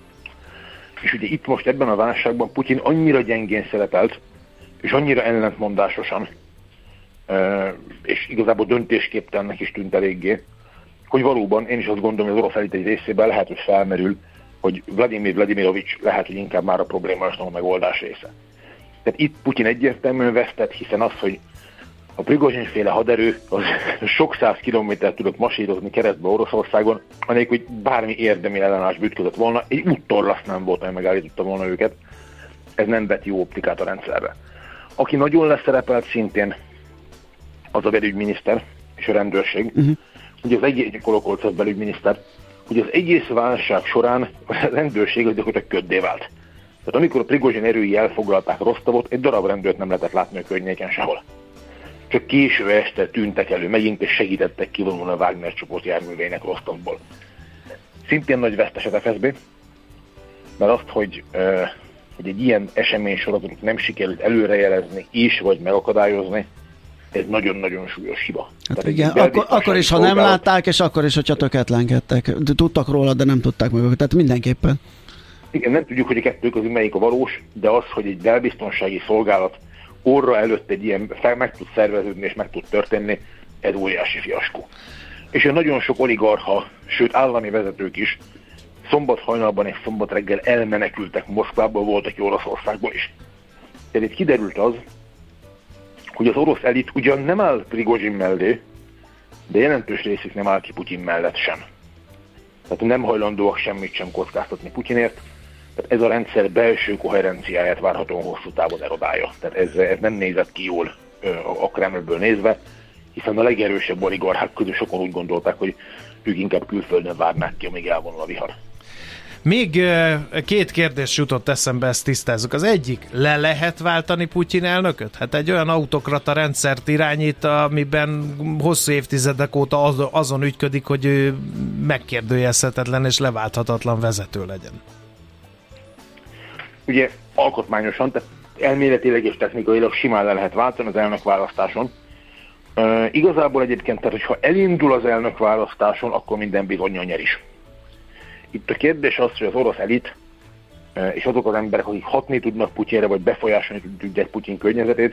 És ugye itt most ebben a válságban Putyin annyira gyengén szerepelt, és annyira ellentmondásosan, és igazából döntésképtelennek is tűnt eléggé, hogy valóban én is azt gondolom, hogy az orosz elit egy részében lehet, hogy felmerül, hogy Vladimir Vladimirovics lehet, hogy inkább már a probléma és nem a megoldás része. Tehát itt Putyin egyértelműen vesztett, hiszen az, hogy a Prigozsin-féle haderő az sok száz kilométert tudott masírozni keresztbe Oroszországon, anélkül, hogy bármi érdemi ellenállás ütközött volna, egy úttorlasz nem volt, ami megállította volna őket. Ez nem vett jó optikát a rendszerbe. Aki nagyon leszerepelt szintén, az a belügyminiszter és a rendőrség. Uh-huh. Ugye az egyik Kolokolcov belügyminiszter, hogy az egész válság során a rendőrség az gyakorlatilag köddé vált. Tehát amikor a Prigozsin erői elfoglalták Rostovot, egy darab rendőrt nem lehetett látni a környéken sehol. Csak késő este tűntek elő megint, és segítettek kivonulni a Wagner csoport járműveinek Rostovból. Szintén nagy vesztes az ef es bé, mert azt, hogy, uh, hogy egy ilyen esemény sorozatot nem sikerült előrejelezni és vagy megakadályozni, ez nagyon-nagyon súlyos hiba. Hát igen, akkor, akkor is, ha nem látták, és akkor is, hogyha töketlenkedtek. Tudtak róla, de nem tudták meg. Tehát mindenképpen. Igen, nem tudjuk, hogy a kettő közül melyik a valós, de az, hogy egy belbiztonsági szolgálat orra előtt egy ilyen fel meg tud szerveződni és meg tud történni, ez óriási fiaskó. És nagyon sok oligarcha, sőt állami vezetők is szombat hajnalban és szombat reggel elmenekültek Moszkvából, volt, aki Oroszországból is. Tehát itt kiderült az, hogy az orosz elit ugyan nem áll Prigozsin mellé, de jelentős részük nem áll ki Putyin mellett sem. Tehát nem hajlandóak semmit sem kockáztatni Putyinért, tehát ez a rendszer belső koherenciáját várhatóan hosszú távon erodálja. Tehát ez, ez nem nézett ki jól a Kremlből nézve, hiszen a legerősebb oligarchák közül sokan úgy gondolták, hogy ők inkább külföldön várnák ki, amíg elvonul a vihar. Még két kérdés jutott eszembe, ezt tisztázzuk. Az egyik, le lehet váltani Putyin elnököt? Hát egy olyan autokrata rendszert irányít, amiben hosszú évtizedek óta azon ügyködik, hogy ő megkérdőjelezhetetlen és leválthatatlan vezető legyen. Ugye alkotmányosan, tehát elméletileg és technikailag simán le lehet váltani az elnökválasztáson. Uh, igazából egyébként, tehát hogyha elindul az elnökválasztáson, akkor minden bizonnyal nyer is. Itt a kérdés az, hogy az orosz elit uh, és azok az emberek, akik hatni tudnak Putyinre, vagy befolyásolni tudják Putyin környezetét,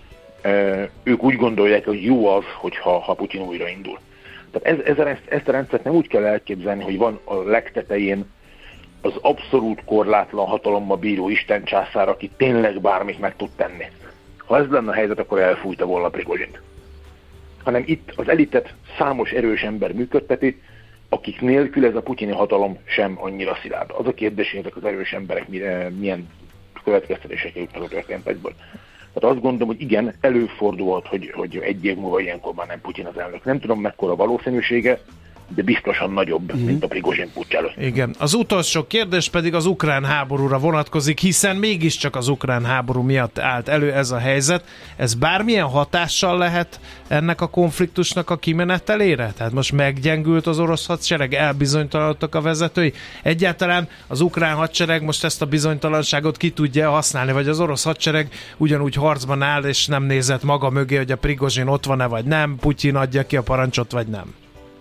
uh, ők úgy gondolják, hogy jó az, hogyha ha Putyin újra indul. Tehát ez, ez a, ezt a rendszert nem úgy kell elképzelni, hogy van a legtetején az abszolút korlátlan hatalommal bíró Isten császár, aki tényleg bármit meg tud tenni. Ha ez lenne a helyzet, akkor elfújta volna Prigozsint. Hanem itt az elitet számos erős ember működteti, akik nélkül ez a putyini hatalom sem annyira szilárd. Az a kérdés, hogy ezek az erős emberek milyen következtetésekkel jutnak a történetekből. Tehát azt gondolom, hogy igen, előfordulhat, hogy, hogy egy év múlva ilyenkor már nem Putyin az elnök. Nem tudom, mekkora valószínűsége, de biztosan nagyobb, mm. mint a Prigozsin puccs előtt. Igen. Az utolsó kérdés pedig az ukrán háborúra vonatkozik, hiszen mégiscsak az ukrán háború miatt állt elő ez a helyzet. Ez bármilyen hatással lehet ennek a konfliktusnak a kimenetelére? Tehát most meggyengült az orosz hadsereg, elbizonytalanodtak a vezetői. Egyáltalán az ukrán hadsereg most ezt a bizonytalanságot ki tudja használni, vagy az orosz hadsereg ugyanúgy harcban áll, és nem nézett maga mögé, hogy a Prigozsin ott van-e, vagy nem, Putyin adja ki a parancsot, vagy nem?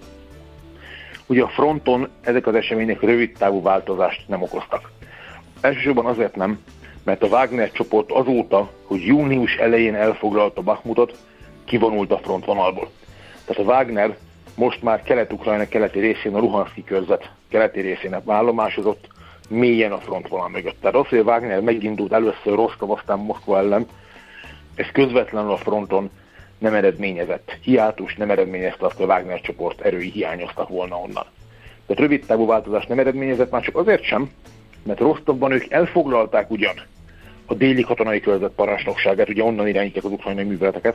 Ugye a fronton ezek az események rövid távú változást nem okoztak. Elsősorban azért nem, mert a Wagner csoport azóta, hogy június elején elfoglalta Bakhmutot, kivonult a frontvonalból. Tehát a Wagner most már Kelet-Ukrajna keleti részén, a Luhanszki körzet keleti részén állomásozott, mélyen a frontvonal mögött. Tehát az, hogy a Wagner megindult először Rostov, aztán Moszkva ellen, ez közvetlenül a fronton nem eredményezett. Hiátus nem eredményezte azt, hogy a Wagner csoport erői hiányoztak volna onnan. Tehát rövid távú változás nem eredményezett, már csak azért sem, mert Rostovban ők elfoglalták ugyan a déli katonai körzet parancsnokságát, ugye onnan irányítják az ukrajnai műveleteket,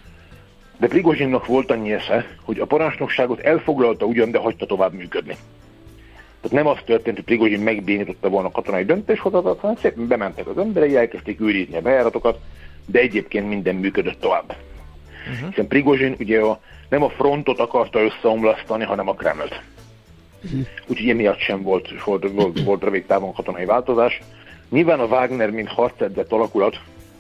de Prigozsinnak volt annyi esze, hogy a parancsnokságot elfoglalta ugyan, de hagyta tovább működni. Tehát nem az történt, hogy Prigozsin megbénította volna a katonai döntéshozatat, hanem szépen bementek az emberei, elkezdték őrizni a bejáratokat, de egyébként minden működött tovább. Uh-huh. Hiszen Prigozsin ugye a, nem a frontot akarta összeomlasztani, hanem a Kremlt. Uh-huh. Úgyhogy emiatt sem volt, volt, volt, volt rövid távon katonai változás. Nyilván a Wagner, mint harcedzett alakulat,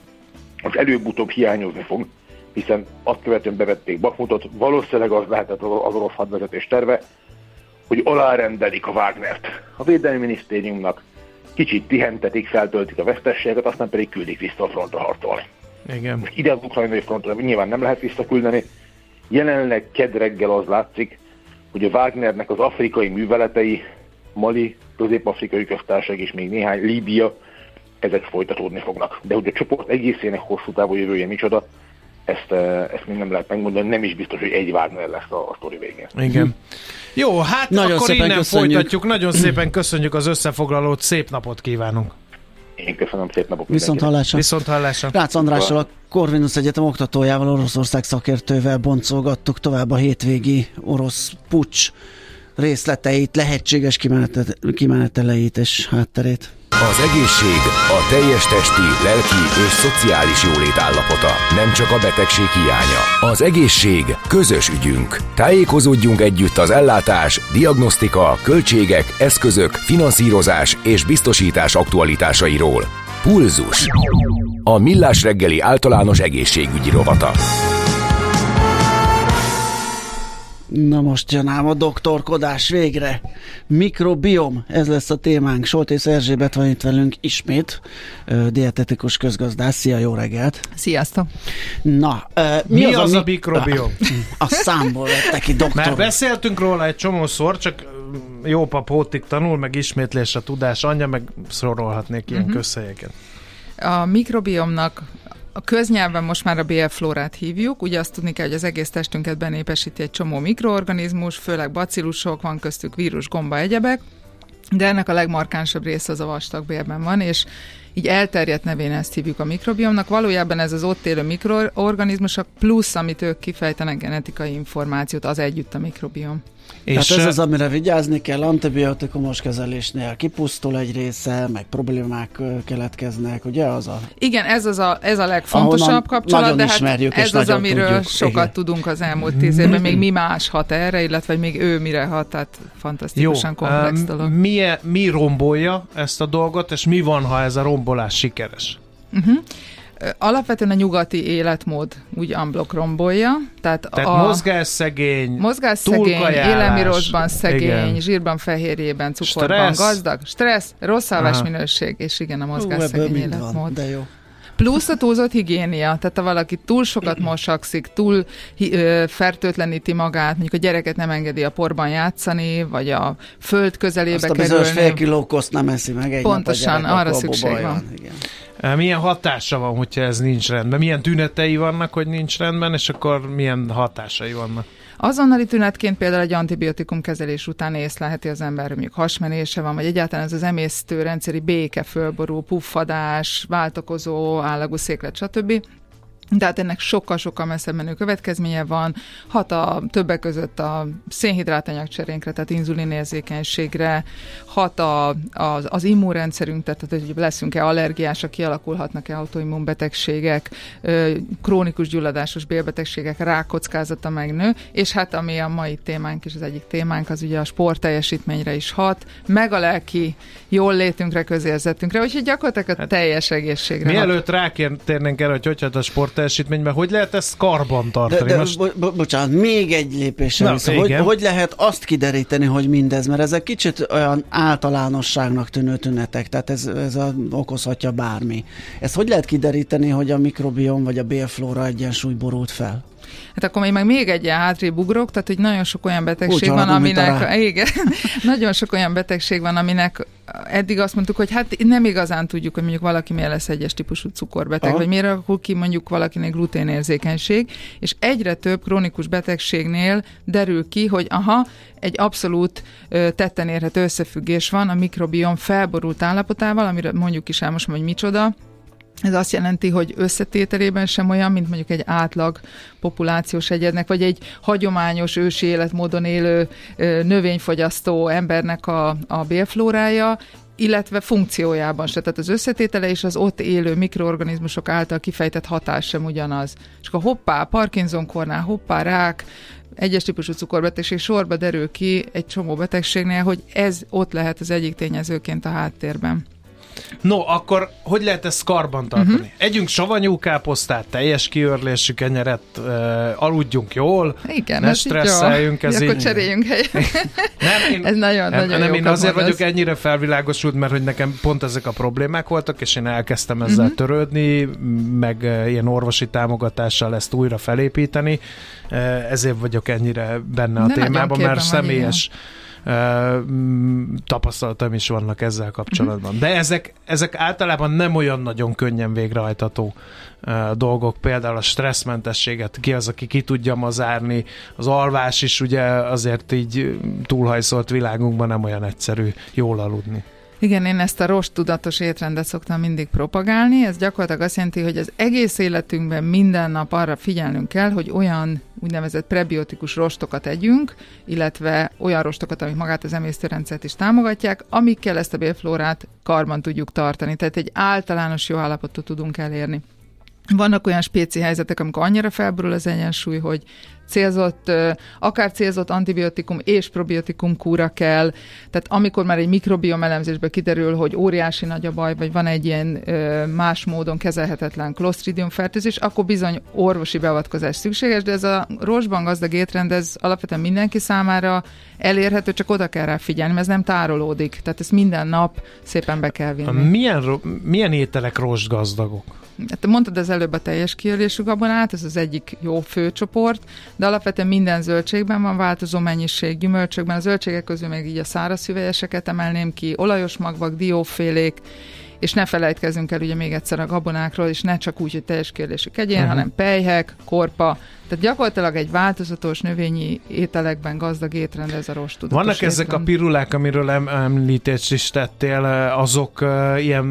az előbb-utóbb hiányozni fog, hiszen azt követően bevették Bakhmutot, valószínűleg az lehetett az orosz hadvezetés terve, hogy alárendelik a Wagnert a Védelmi Minisztériumnak, kicsit pihentetik, feltöltik a vesztességet, aztán pedig küldik vissza a frontra harcolni. Igen. Most ide az ukrajnai frontra nyilván nem lehet visszaküldeni. Jelenleg kedd reggel az látszik, hogy a Wagnernek az afrikai műveletei, Mali, Közép-Afrikai Köztársaság és még néhány, Líbia, ezek folytatódni fognak. De hogy a csoport egészének hosszú távú jövője micsoda, ezt, ezt még nem lehet megmondani, nem is biztos, hogy egy Wagner lesz a, a sztori végén. Igen. Jó, hát nagyon akkor innen köszönjük. Folytatjuk. Nagyon szépen köszönjük az összefoglalót, szép napot kívánunk! Én köszönöm, szép napot! Viszont hallásra! Viszont hallásra! Rácz Andrással, a Corvinus Egyetem oktatójával, Oroszország szakértővel boncolgattuk tovább a hétvégi orosz puccs részleteit, lehetséges kimeneteleit és hátterét. Az egészség a teljes testi, lelki és szociális jólét állapota, nem csak a betegség hiánya. Az egészség közös ügyünk. Tájékozódjunk együtt az ellátás, diagnosztika, költségek, eszközök, finanszírozás és biztosítás aktualitásairól. Pulzus. A Millás reggeli általános egészségügyi rovata. Na most jön ám a doktorkodás végre. Mikrobiom, ez lesz a témánk. Soltész Erzsébet van itt velünk ismét, dietetikus közgazdász. Szia, jó reggelt! Sziasztok! Na, uh, mi, mi az, az a, mi... a mikrobiom? A számból vettek ki, doktor. Már beszéltünk róla egy csomószor, csak jó pap hótig tanul, meg ismétlés a tudás anyja, meg sorolhatnék ilyen uh-huh. közhelyeket. A mikrobiomnak a köznyelven most már a bé ef flórát hívjuk, ugye azt tudni kell, hogy az egész testünket benépesíti egy csomó mikroorganizmus, főleg bacillusok, van köztük vírus, gomba, egyebek, de ennek a legmarkánsabb része az a vastagbélben van, és így elterjedt nevén ezt hívjuk a mikrobiomnak. Valójában ez az ott élő mikroorganizmusok plusz, amit ők kifejtenek genetikai információt, az együtt a mikrobiom. És hát ez az, amire vigyázni kell, antibiotikumos kezelésnél kipusztul egy része, meg problémák keletkeznek, ugye az a... Igen, ez, az a, ez a legfontosabb kapcsolat, de hát ez az, amiről tudjuk. Sokat igen. tudunk az elmúlt tíz évben, még mi más hat erre, illetve még ő mire hat, tehát fantasztikusan jó, komplex um, dolog. Mi, mi rombolja ezt a dolgot, és mi van, ha ez a rombolás sikeres? Uh-huh. Alapvetően a nyugati életmód úgy unblock rombolja. Tehát, tehát a mozgásszegény, mozgásszegény, élelmi rosszban szegény, igen. zsírban, fehérjében, cukorban stressz. Gazdag, stressz, rossz alvásminőség, és igen, a mozgásszegény életmód. Van, de jó. Plusz a túlzott higiénia, tehát ha valaki túl sokat mosakszik, túl ö, fertőtleníti magát, mondjuk a gyereket nem engedi a porban játszani, vagy a föld közelébe kerülni. Azt a bizonyos fél kiló koszt nem eszi meg egy pontosan, nap a gyerek, arra szükség van. van. Igen. Milyen hatása van, hogyha ez nincs rendben? Milyen tünetei vannak, hogy nincs rendben, és akkor milyen hatásai vannak? Azonnali tünetként például egy antibiotikum kezelés után észlelheti az ember, hogy mondjuk hasmenése van, vagy egyáltalán ez az emésztőrendszeri béke fölborul, puffadás, váltakozó, állagú széklet, stb. Tehát ennek sokkal-sokkal messzebb menő következménye van, hat a többek között a szénhidrátanyagcserénkre, tehát inzulinérzékenységre, hat a, az, az immunrendszerünk, tehát hogy leszünk-e allergiásak, kialakulhatnak-e autoimmunbetegségek, krónikus gyulladásos bélbetegségek, rákkockázata megnő, és hát ami a mai témánk is, az egyik témánk, az ugye a sportteljesítményre is hat, meg a lelki jól létünkre, közérzetünkre, úgyhogy gyakorlatilag a teljes egészségre. Mielőtt rákérnénk erre, hogy hogy hát a sport teljesítményben, hogy lehet ezt karban tartani? De, de, Most... bo- bo- bocsánat, még egy lépéssel vissza. Hogy, hogy lehet azt kideríteni, hogy mindez, mert ezek kicsit olyan általánosságnak tűnő tünetek, tehát ez, ez a, okozhatja bármi. Ezt hogy lehet kideríteni, hogy a mikrobiom vagy a bélflóra egyensúly borult fel? Hát akkor még, meg még egy ilyen hátrébb ugrok, tehát hogy nagyon sok olyan betegség Úgy van, aminek igen, nagyon sok olyan betegség van, aminek eddig azt mondtuk, hogy hát nem igazán tudjuk, hogy mondjuk valaki miért lesz egyes típusú cukorbeteg, aha. vagy miért alakul ki mondjuk valakinek gluténérzékenység, és egyre több krónikus betegségnél derül ki, hogy aha, egy abszolút ö, tetten érhető összefüggés van a mikrobiom felborult állapotával, amire mondjuk is el most, hogy micsoda. Ez azt jelenti, hogy összetételében sem olyan, mint mondjuk egy átlag populációs egyednek, vagy egy hagyományos ősi életmódon élő ö, növényfogyasztó embernek a, a bélflórája, illetve funkciójában se. Tehát az összetétele és az ott élő mikroorganizmusok által kifejtett hatás sem ugyanaz. És akkor hoppá, Parkinson-kornál, hoppá, rák, egyes típusú cukorbetegség sorba derül ki egy csomó betegségnél, hogy ez ott lehet az egyik tényezőként a háttérben. No, akkor hogy lehet ezt karban tartani? Uh-huh. Együnk savanyú káposztát, teljes kiörlésű kenyeret, uh, aludjunk jól, igen, ne stresszeljünk. Ez így... Akkor cseréljünk helyet. Nem, én, ez nagyon, nem, nagyon nem, én azért mondasz. vagyok ennyire felvilágosult, mert hogy nekem pont ezek a problémák voltak, és én elkezdtem ezzel uh-huh. törődni, meg uh, ilyen orvosi támogatással ezt újra felépíteni. Uh, ezért vagyok ennyire benne a De témában, mert személyes igen. Uh, tapasztalatom is vannak ezzel kapcsolatban. Uh-huh. De ezek, ezek általában nem olyan nagyon könnyen végrehajtható uh, dolgok, például a stresszmentességet, ki az, aki ki tudja mazárni, az alvás is ugye azért így túlhajszolt világunkban nem olyan egyszerű jól aludni. Igen, én ezt a rost tudatos étrendet szoktam mindig propagálni, ez gyakorlatilag azt jelenti, hogy az egész életünkben minden nap arra figyelnünk kell, hogy olyan úgynevezett prebiotikus rostokat együnk, illetve olyan rostokat, amik magát az emésztőrendszert is támogatják, amikkel ezt a bélflórát karban tudjuk tartani. Tehát egy általános jó állapotot tudunk elérni. Vannak olyan spéci helyzetek, amikor annyira felborul az egyensúly, hogy célzott, akár célzott antibiotikum és probiotikum kúra kell, tehát amikor már egy mikrobiom elemzésből kiderül, hogy óriási nagy a baj, vagy van egy ilyen más módon kezelhetetlen Clostridium fertőzés, akkor bizony orvosi beavatkozás szükséges, de ez a rostban gazdag étrend, ez alapvetően mindenki számára elérhető, csak oda kell rá figyelni, mert ez nem tárolódik, tehát ezt minden nap szépen be kell vinni. Milyen, milyen ételek rostgazdagok? Hát mondtad az előbb a teljes kiölésű gabonát, ez az egyik jó főcsoport, de alapvetően minden zöldségben van változó mennyiség, gyümölcsökben, a zöldségek közül még így a száraz hüvelyeseket emelném ki, olajos magvak, diófélék, és ne felejtkezzünk el ugye még egyszer a gabonákról, és ne csak úgy, hogy teljes kiölésű kegyén, uh-huh. hanem pelyhek, korpa, tehát gyakorlatilag egy változatos növényi ételekben gazdag étrend ez a rostudatos. Vannak étrend. Ezek a pirulák, amiről említést is tettél, azok uh, ilyen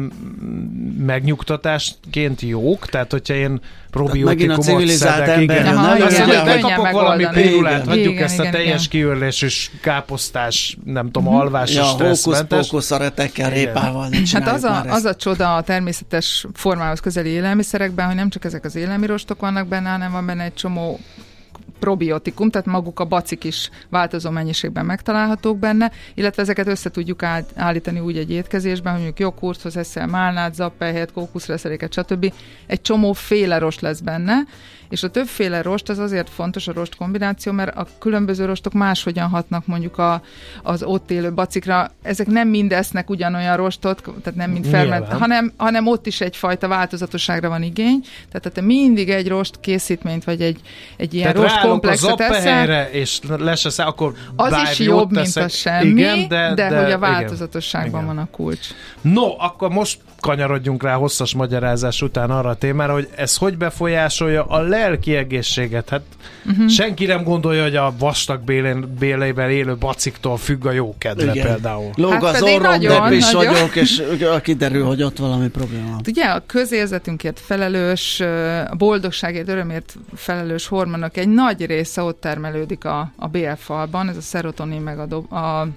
megnyugtatásként jók? Tehát, hogyha én probiotikumot szedek, igen. Aha, igen. igen, igen. Kapok valami pirulát, hagyjuk igen, ezt igen, a teljes kiölésűs káposztás, nem tudom, uh-huh. alvásos, ja, stresszmentes. Hókusz-pókusz a retekkel, répával. Hát az a, az a csoda a természetes formához közeli élelmiszerekben, hogy nem csak ezek az élelmi rostok vannak benne, hanem van benne egy csomó probiotikum, tehát maguk a bacik is változó mennyiségben megtalálhatók benne, illetve ezeket össze tudjuk állítani úgy egy étkezésben, hogy mondjuk joghurthoz eszel málnát, zappelyhet, kókuszreszeléket, stb. Egy csomó féle rost lesz benne, és a többféle rost az azért fontos, a rost kombináció, mert a különböző rostok máshogyan hatnak mondjuk a, az ott élő bacikra. Ezek nem mind esznek ugyanolyan rostot, tehát nem mind ferment, hanem, hanem ott is egyfajta változatosságra van igény. Tehát te mindig egy rost készítményt, vagy egy, egy ilyen tehát rost komplexet eszel. És lesesz, akkor az is jobb, mint a semmi, igen, de, de, de hogy a változatosságban igen. van a kulcs. No, akkor most kanyarodjunk rá hosszas magyarázás után arra a témára, hogy ez hogy befolyásolja a lelki egészséget. Hát uh-huh. senki nem gondolja, hogy a vastag béleiben élő baciktól függ a jó kedve például. Lóg hát az orrom, debbis vagyok, és kiderül, hogy ott valami probléma. Ugye a közérzetünkért felelős, a boldogságért, örömért felelős hormonok egy nagy része ott termelődik a, a bélfalban, ez a szerotonin meg a, do, a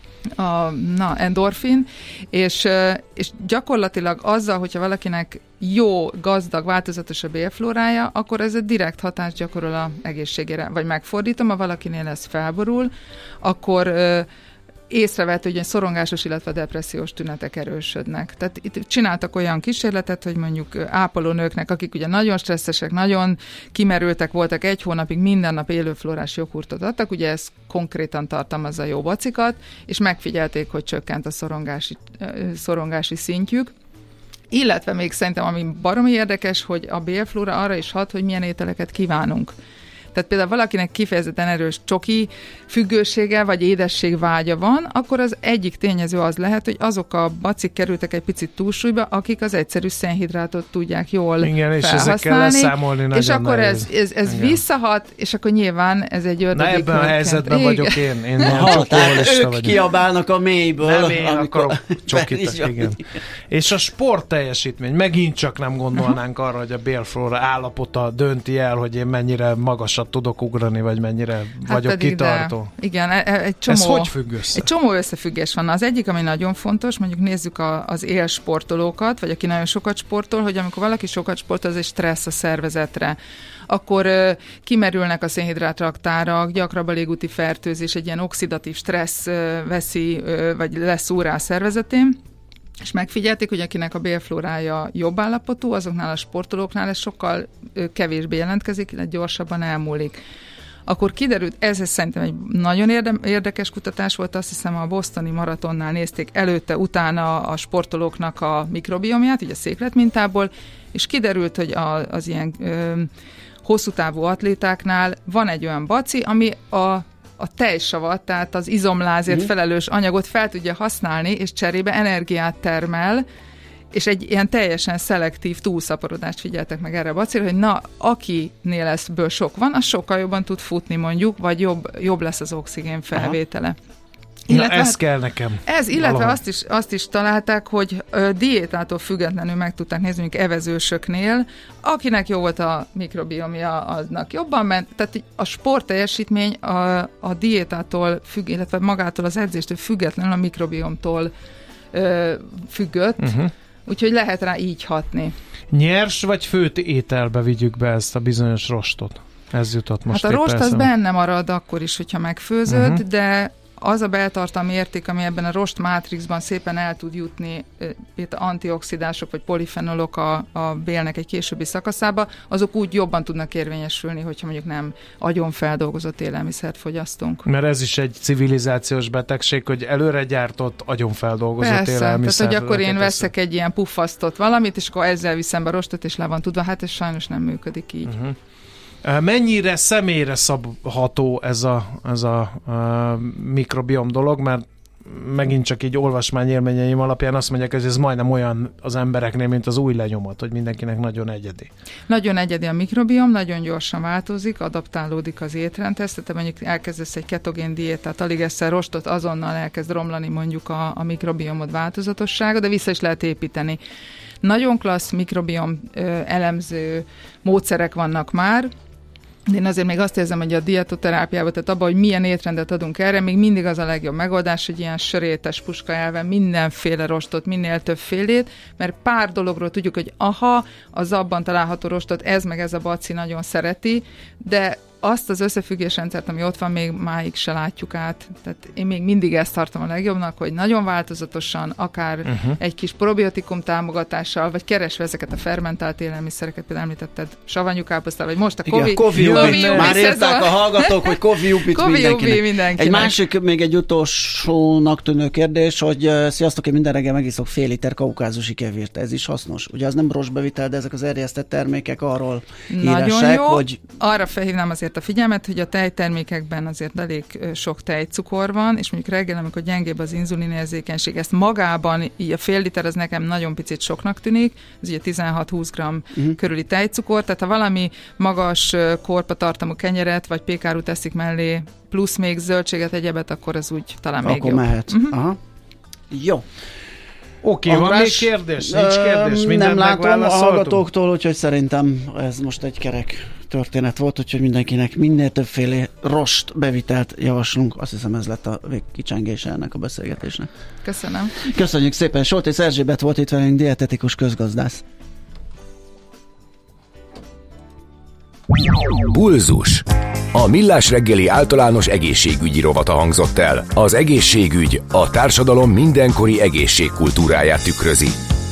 a na, endorfin, és, és gyakorlatilag azzal, hogyha valakinek jó, gazdag, változatos a bélflórája, akkor ez egy direkt hatást gyakorol a egészségére. Vagy megfordítom, ha valakinél ez felborul, akkor észrevehető, hogy szorongásos, illetve depressziós tünetek erősödnek. Tehát itt csináltak olyan kísérletet, hogy mondjuk ápolónőknek, akik ugye nagyon stresszesek, nagyon kimerültek voltak, egy hónapig minden nap élőflórás joghurtot adtak, ugye ez konkrétan tartalmazza jó bacikat, és megfigyelték, hogy csökkent a szorongási, szorongási szintjük. Illetve még szerintem, ami baromi érdekes, hogy a bélflóra arra is hat, hogy milyen ételeket kívánunk. Tehát például valakinek kifejezetten erős csoki függősége, vagy édesség vágya van, akkor az egyik tényező az lehet, hogy azok a bacik kerültek egy picit túlsúlyba, akik az egyszerű szénhidrátot tudják jól igen, felhasználni. És ezekkel leszámolni nagyon és akkor nehéz. ez, ez, ez visszahat, és akkor nyilván ez egy ördögi. Na ebben a helyzetben igen. vagyok én. Én ha, tehát ők vagyok. Kiabálnak a mélyből. Nem én akarok csokit. Igen. És a sport teljesítmény. Megint csak nem gondolnánk arra, hogy a bélflóra állapota dönti el, hogy én mennyire magasat tudok ugrani, vagy mennyire hát vagyok kitartó. De, igen, egy csomó, ez hogy függ össze? Egy csomó összefüggés van. Az egyik, ami nagyon fontos, mondjuk nézzük a, az élsportolókat, vagy aki nagyon sokat sportol, hogy amikor valaki sokat sportol, az egy stressz a szervezetre. Akkor ö, kimerülnek a szénhidrátraktárak, gyakrabb a légúti fertőzés, egy ilyen oxidatív stressz ö, veszi, ö, vagy leszúr rá a szervezetén. És megfigyelték, hogy akinek a bélflórája jobb állapotú, azoknál a sportolóknál ez sokkal kevésbé jelentkezik, illetve gyorsabban elmúlik. Akkor kiderült, ez, ez szerintem egy nagyon érdekes kutatás volt, azt hiszem a bostoni maratonnál nézték előtte, utána a sportolóknak a mikrobiomját, így a székletmintából, és kiderült, hogy a, az ilyen ö, hosszú távú atlétáknál van egy olyan baci, ami a a tejsavat, tehát az izomlázért felelős anyagot fel tudja használni, és cserébe energiát termel, és egy ilyen teljesen szelektív túlszaporodást figyeltek meg erre a bacilra, hogy na, akinél ebből sok van, az sokkal jobban tud futni mondjuk, vagy jobb, jobb lesz az oxigén felvétele. Aha. Illetve, Na, ez kell nekem. Ez, illetve azt is, azt is találták, hogy ö, diétától függetlenül meg tudták nézni, mondjuk evezősöknél, akinek jó volt a mikrobiomja, aznak jobban ment. Tehát a sportteljesítmény a, a diétától függ, illetve magától az edzéstől függetlenül a mikrobiomtól ö, függött, uh-huh. úgyhogy lehet rá így hatni. Nyers vagy főtt ételbe vigyük be ezt a bizonyos rostot? Ez jutott most. Hát a rost az benne marad akkor is, hogyha megfőzöd, uh-huh. de az a beltartalmi érték, ami ebben a rost mátrixban szépen el tud jutni, itt antioxidánsok vagy polifenolok a, a bélnek egy későbbi szakaszába, azok úgy jobban tudnak érvényesülni, hogyha mondjuk nem agyon feldolgozott élelmiszert fogyasztunk. Mert ez is egy civilizációs betegség, hogy előre gyártott, agyon feldolgozott Persze, élelmiszer. tehát hogy akkor én veszek egy ilyen puffasztott valamit, és akkor ezzel viszem be a rostot, és le van tudva. Hát ez sajnos nem működik így. Uh-huh. Mennyire személyre szabható ez a, ez a, a mikrobiom dolog, mert megint csak így olvasmányélményeim alapján azt mondják, hogy ez majdnem olyan az embereknél, mint az új lenyomat, hogy mindenkinek nagyon egyedi. Nagyon egyedi a mikrobiom, nagyon gyorsan változik, adaptálódik az étrendhez, tehát mondjuk elkezdesz egy ketogén diétát, alig eszel rostot, azonnal elkezd romlani mondjuk a, a mikrobiomod változatossága, de vissza is lehet építeni. Nagyon klassz mikrobiom ö, elemző módszerek vannak már. Én azért még azt érzem, hogy a dietoterápiában, tehát abban, hogy milyen étrendet adunk erre, még mindig az a legjobb megoldás, hogy ilyen sörétes puska elven mindenféle rostot, minél többfélét, mert pár dologról tudjuk, hogy aha, az abban található rostot, ez meg ez a baci nagyon szereti, de azt az összefüggésrendszert, ami ott van, még máig se látjuk át. Tehát én még mindig ezt tartom a legjobbnak, hogy nagyon változatosan, akár uh-huh. egy kis probiotikum támogatással, vagy keresve ezeket a fermentált élelmiszereket, például említetted savanyú káposztál, vagy most a kovi, kovi, kovi már érták a hallgatók, hogy kovi upit mindenkinek. mindenkinek. Egy másik, még egy utolsónak tűnő kérdés, hogy uh, sziasztok, én minden reggel megiszok fél liter kaukázusi kevirt. Ez is hasznos. Ugye az nem rostbevitel, de ezek az erjesztett termékek arról nagyon híresek, jó. hogy... Arra felhívnám azért a figyelmet, hogy a tejtermékekben azért elég sok tejcukor van, és mondjuk reggel, amikor gyengébb az inzulinérzékenység, ezt magában, így a fél liter az nekem nagyon picit soknak tűnik, ez ugye tizenhat-húsz gramm uh-huh. körüli tejcukor, tehát ha valami magas korpatartalmú kenyeret, vagy pékárút teszik mellé, plusz még zöldséget, egyebet, akkor ez úgy talán akkor még jobb. Akkor mehet. Uh-huh. Aha. Jó. Oké, okay, van még kérdés? Nincs kérdés? Nem látom a hallgatóktól, úgyhogy szerintem ez most egy kerek történet volt, úgyhogy mindenkinek minél többféle rost bevitelt javaslunk. Azt hiszem, ez lett a végkicsengése ennek a beszélgetésnek. Köszönöm. Köszönjük szépen. Soltész Erzsébet volt itt velünk, dietetikus közgazdász. Pulzus. A Millás reggeli általános egészségügyi rovata hangzott el. Az egészségügy a társadalom mindenkori egészségkultúráját tükrözi.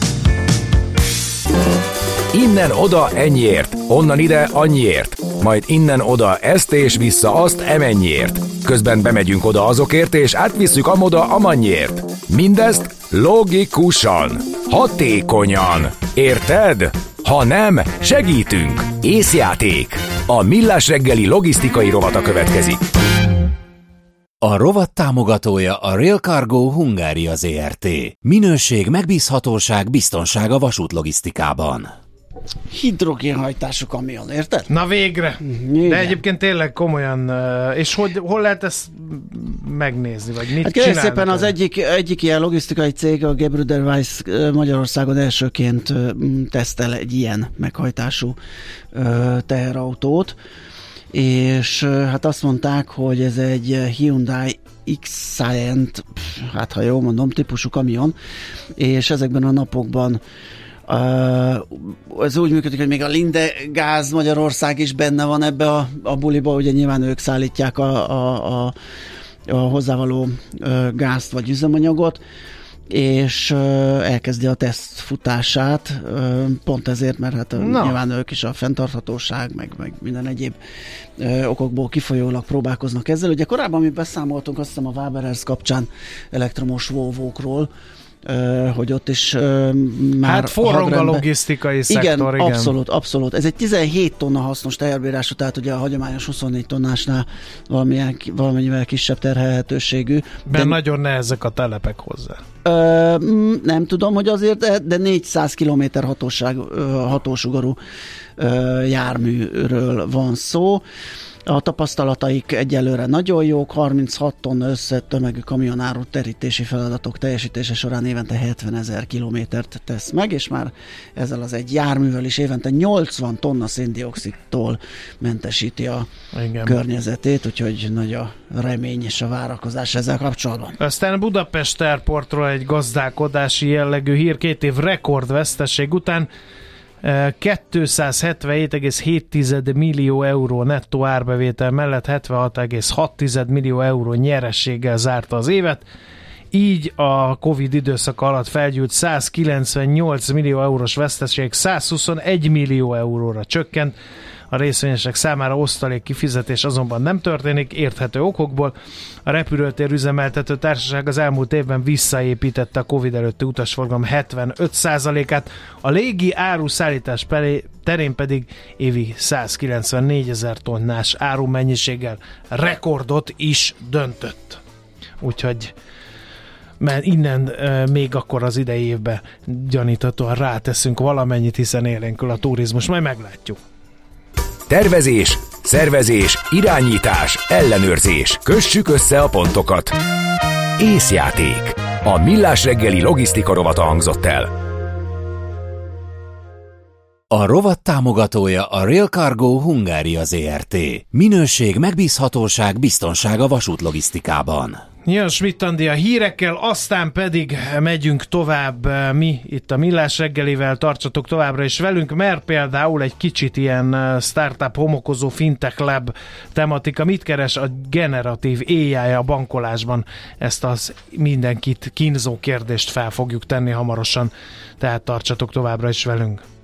Innen oda ennyiért, onnan ide annyiért, majd innen oda ezt és vissza azt emennyiért. Közben bemegyünk oda azokért és átvisszük amoda amannyiért. Mindezt logikusan, hatékonyan. Érted? Ha nem, segítünk. Észjáték. A Millás reggeli logisztikai rovata következik. A rovat támogatója a Rail Cargo Hungária Zrt. Minőség, megbízhatóság, biztonság a vasútlogisztikában. Hidrogénhajtású kamion, érted? Na végre! Igen. De egyébként tényleg komolyan, és hogy, hol lehet ezt megnézni, vagy mit hát csinálnak? Szépen az egyik, egyik ilyen logisztikai cég, a Gebrüder Weiss Magyarországon elsőként tesztel egy ilyen meghajtású teherautót, és hát azt mondták, hogy ez egy Hyundai X-Scient, hát ha jól mondom, típusú kamion, és ezekben a napokban Uh, ez úgy működik, hogy még a Linde Gáz Magyarország is benne van ebbe a, a buliba, ugye nyilván ők szállítják a, a, a, a hozzávaló uh, gázt vagy üzemanyagot, és uh, elkezdi a teszt futását, uh, pont ezért, mert hát no. nyilván ők is a fenntarthatóság, meg, meg minden egyéb uh, okokból kifolyólag próbálkoznak ezzel. Ugye korábban mi beszámoltunk, azt hiszem a Waberers kapcsán elektromos Volvo-król, Uh, hogy ott is uh, már hát forrong a logisztikai szektor, igen. abszolút, abszolút. Ez egy tizenhét tonna hasznos teherbírású, tehát ugye a hagyományos huszonnégy tonnásnál valamilyen, valamennyivel kisebb terhelhetőségű. De, de nagyon nehezek a telepek hozzá. Uh, nem tudom, hogy azért, de négyszáz kilométer hatóság, uh, hatósugarú uh, járműről van szó. A tapasztalataik egyelőre nagyon jók, harminchat tonna összetömegű kamionáru terítési feladatok teljesítése során évente hetvenezer kilométert tesz meg, és már ezzel az egy járművel is évente nyolcvan tonna szén-dioxidtól mentesíti a Igen. környezetét, úgyhogy nagy a remény és a várakozás ezzel kapcsolatban. Aztán Budapest Airportról egy gazdálkodási jellegű hír, két év rekordvesztesség után kétszázhetvenhét egész hét millió euró nettó árbevétel mellett hetvenhat egész hat millió euró nyerességgel zárta az évet. Így a Covid időszak alatt felgyűlt százkilencvennyolc millió eurós veszteség százhuszonegy millió euróra csökkent. A részvényesek számára osztalék kifizetés azonban nem történik, érthető okokból. A repülőtér üzemeltető társaság az elmúlt évben visszaépítette a Covid előtti utasforgalom hetvenöt százalékát, a légi áruszállítás terén pedig évi százkilencvennégy ezer tonnás árumennyiséggel rekordot is döntött. Úgyhogy mert innen e, még akkor az idei évben gyaníthatóan ráteszünk valamennyit, hiszen élénkül a turizmus, majd meglátjuk. Tervezés, szervezés, irányítás, ellenőrzés. Kössük össze a pontokat. Észjáték. A Millás reggeli logisztika rovata hangzott el. A rovat támogatója a Rail Cargo Hungária Zrt. Minőség, megbízhatóság, biztonság a vasútlogisztikában. Jön Schmidt-Andi a hírekkel, aztán pedig megyünk tovább mi itt a Millás reggelivel, tartsatok továbbra is velünk, mert például egy kicsit ilyen startup homokozó fintech lab tematika. Mit keres a generatív á i a bankolásban? Ezt az mindenkit kínzó kérdést fel fogjuk tenni hamarosan, tehát tartsatok továbbra is velünk.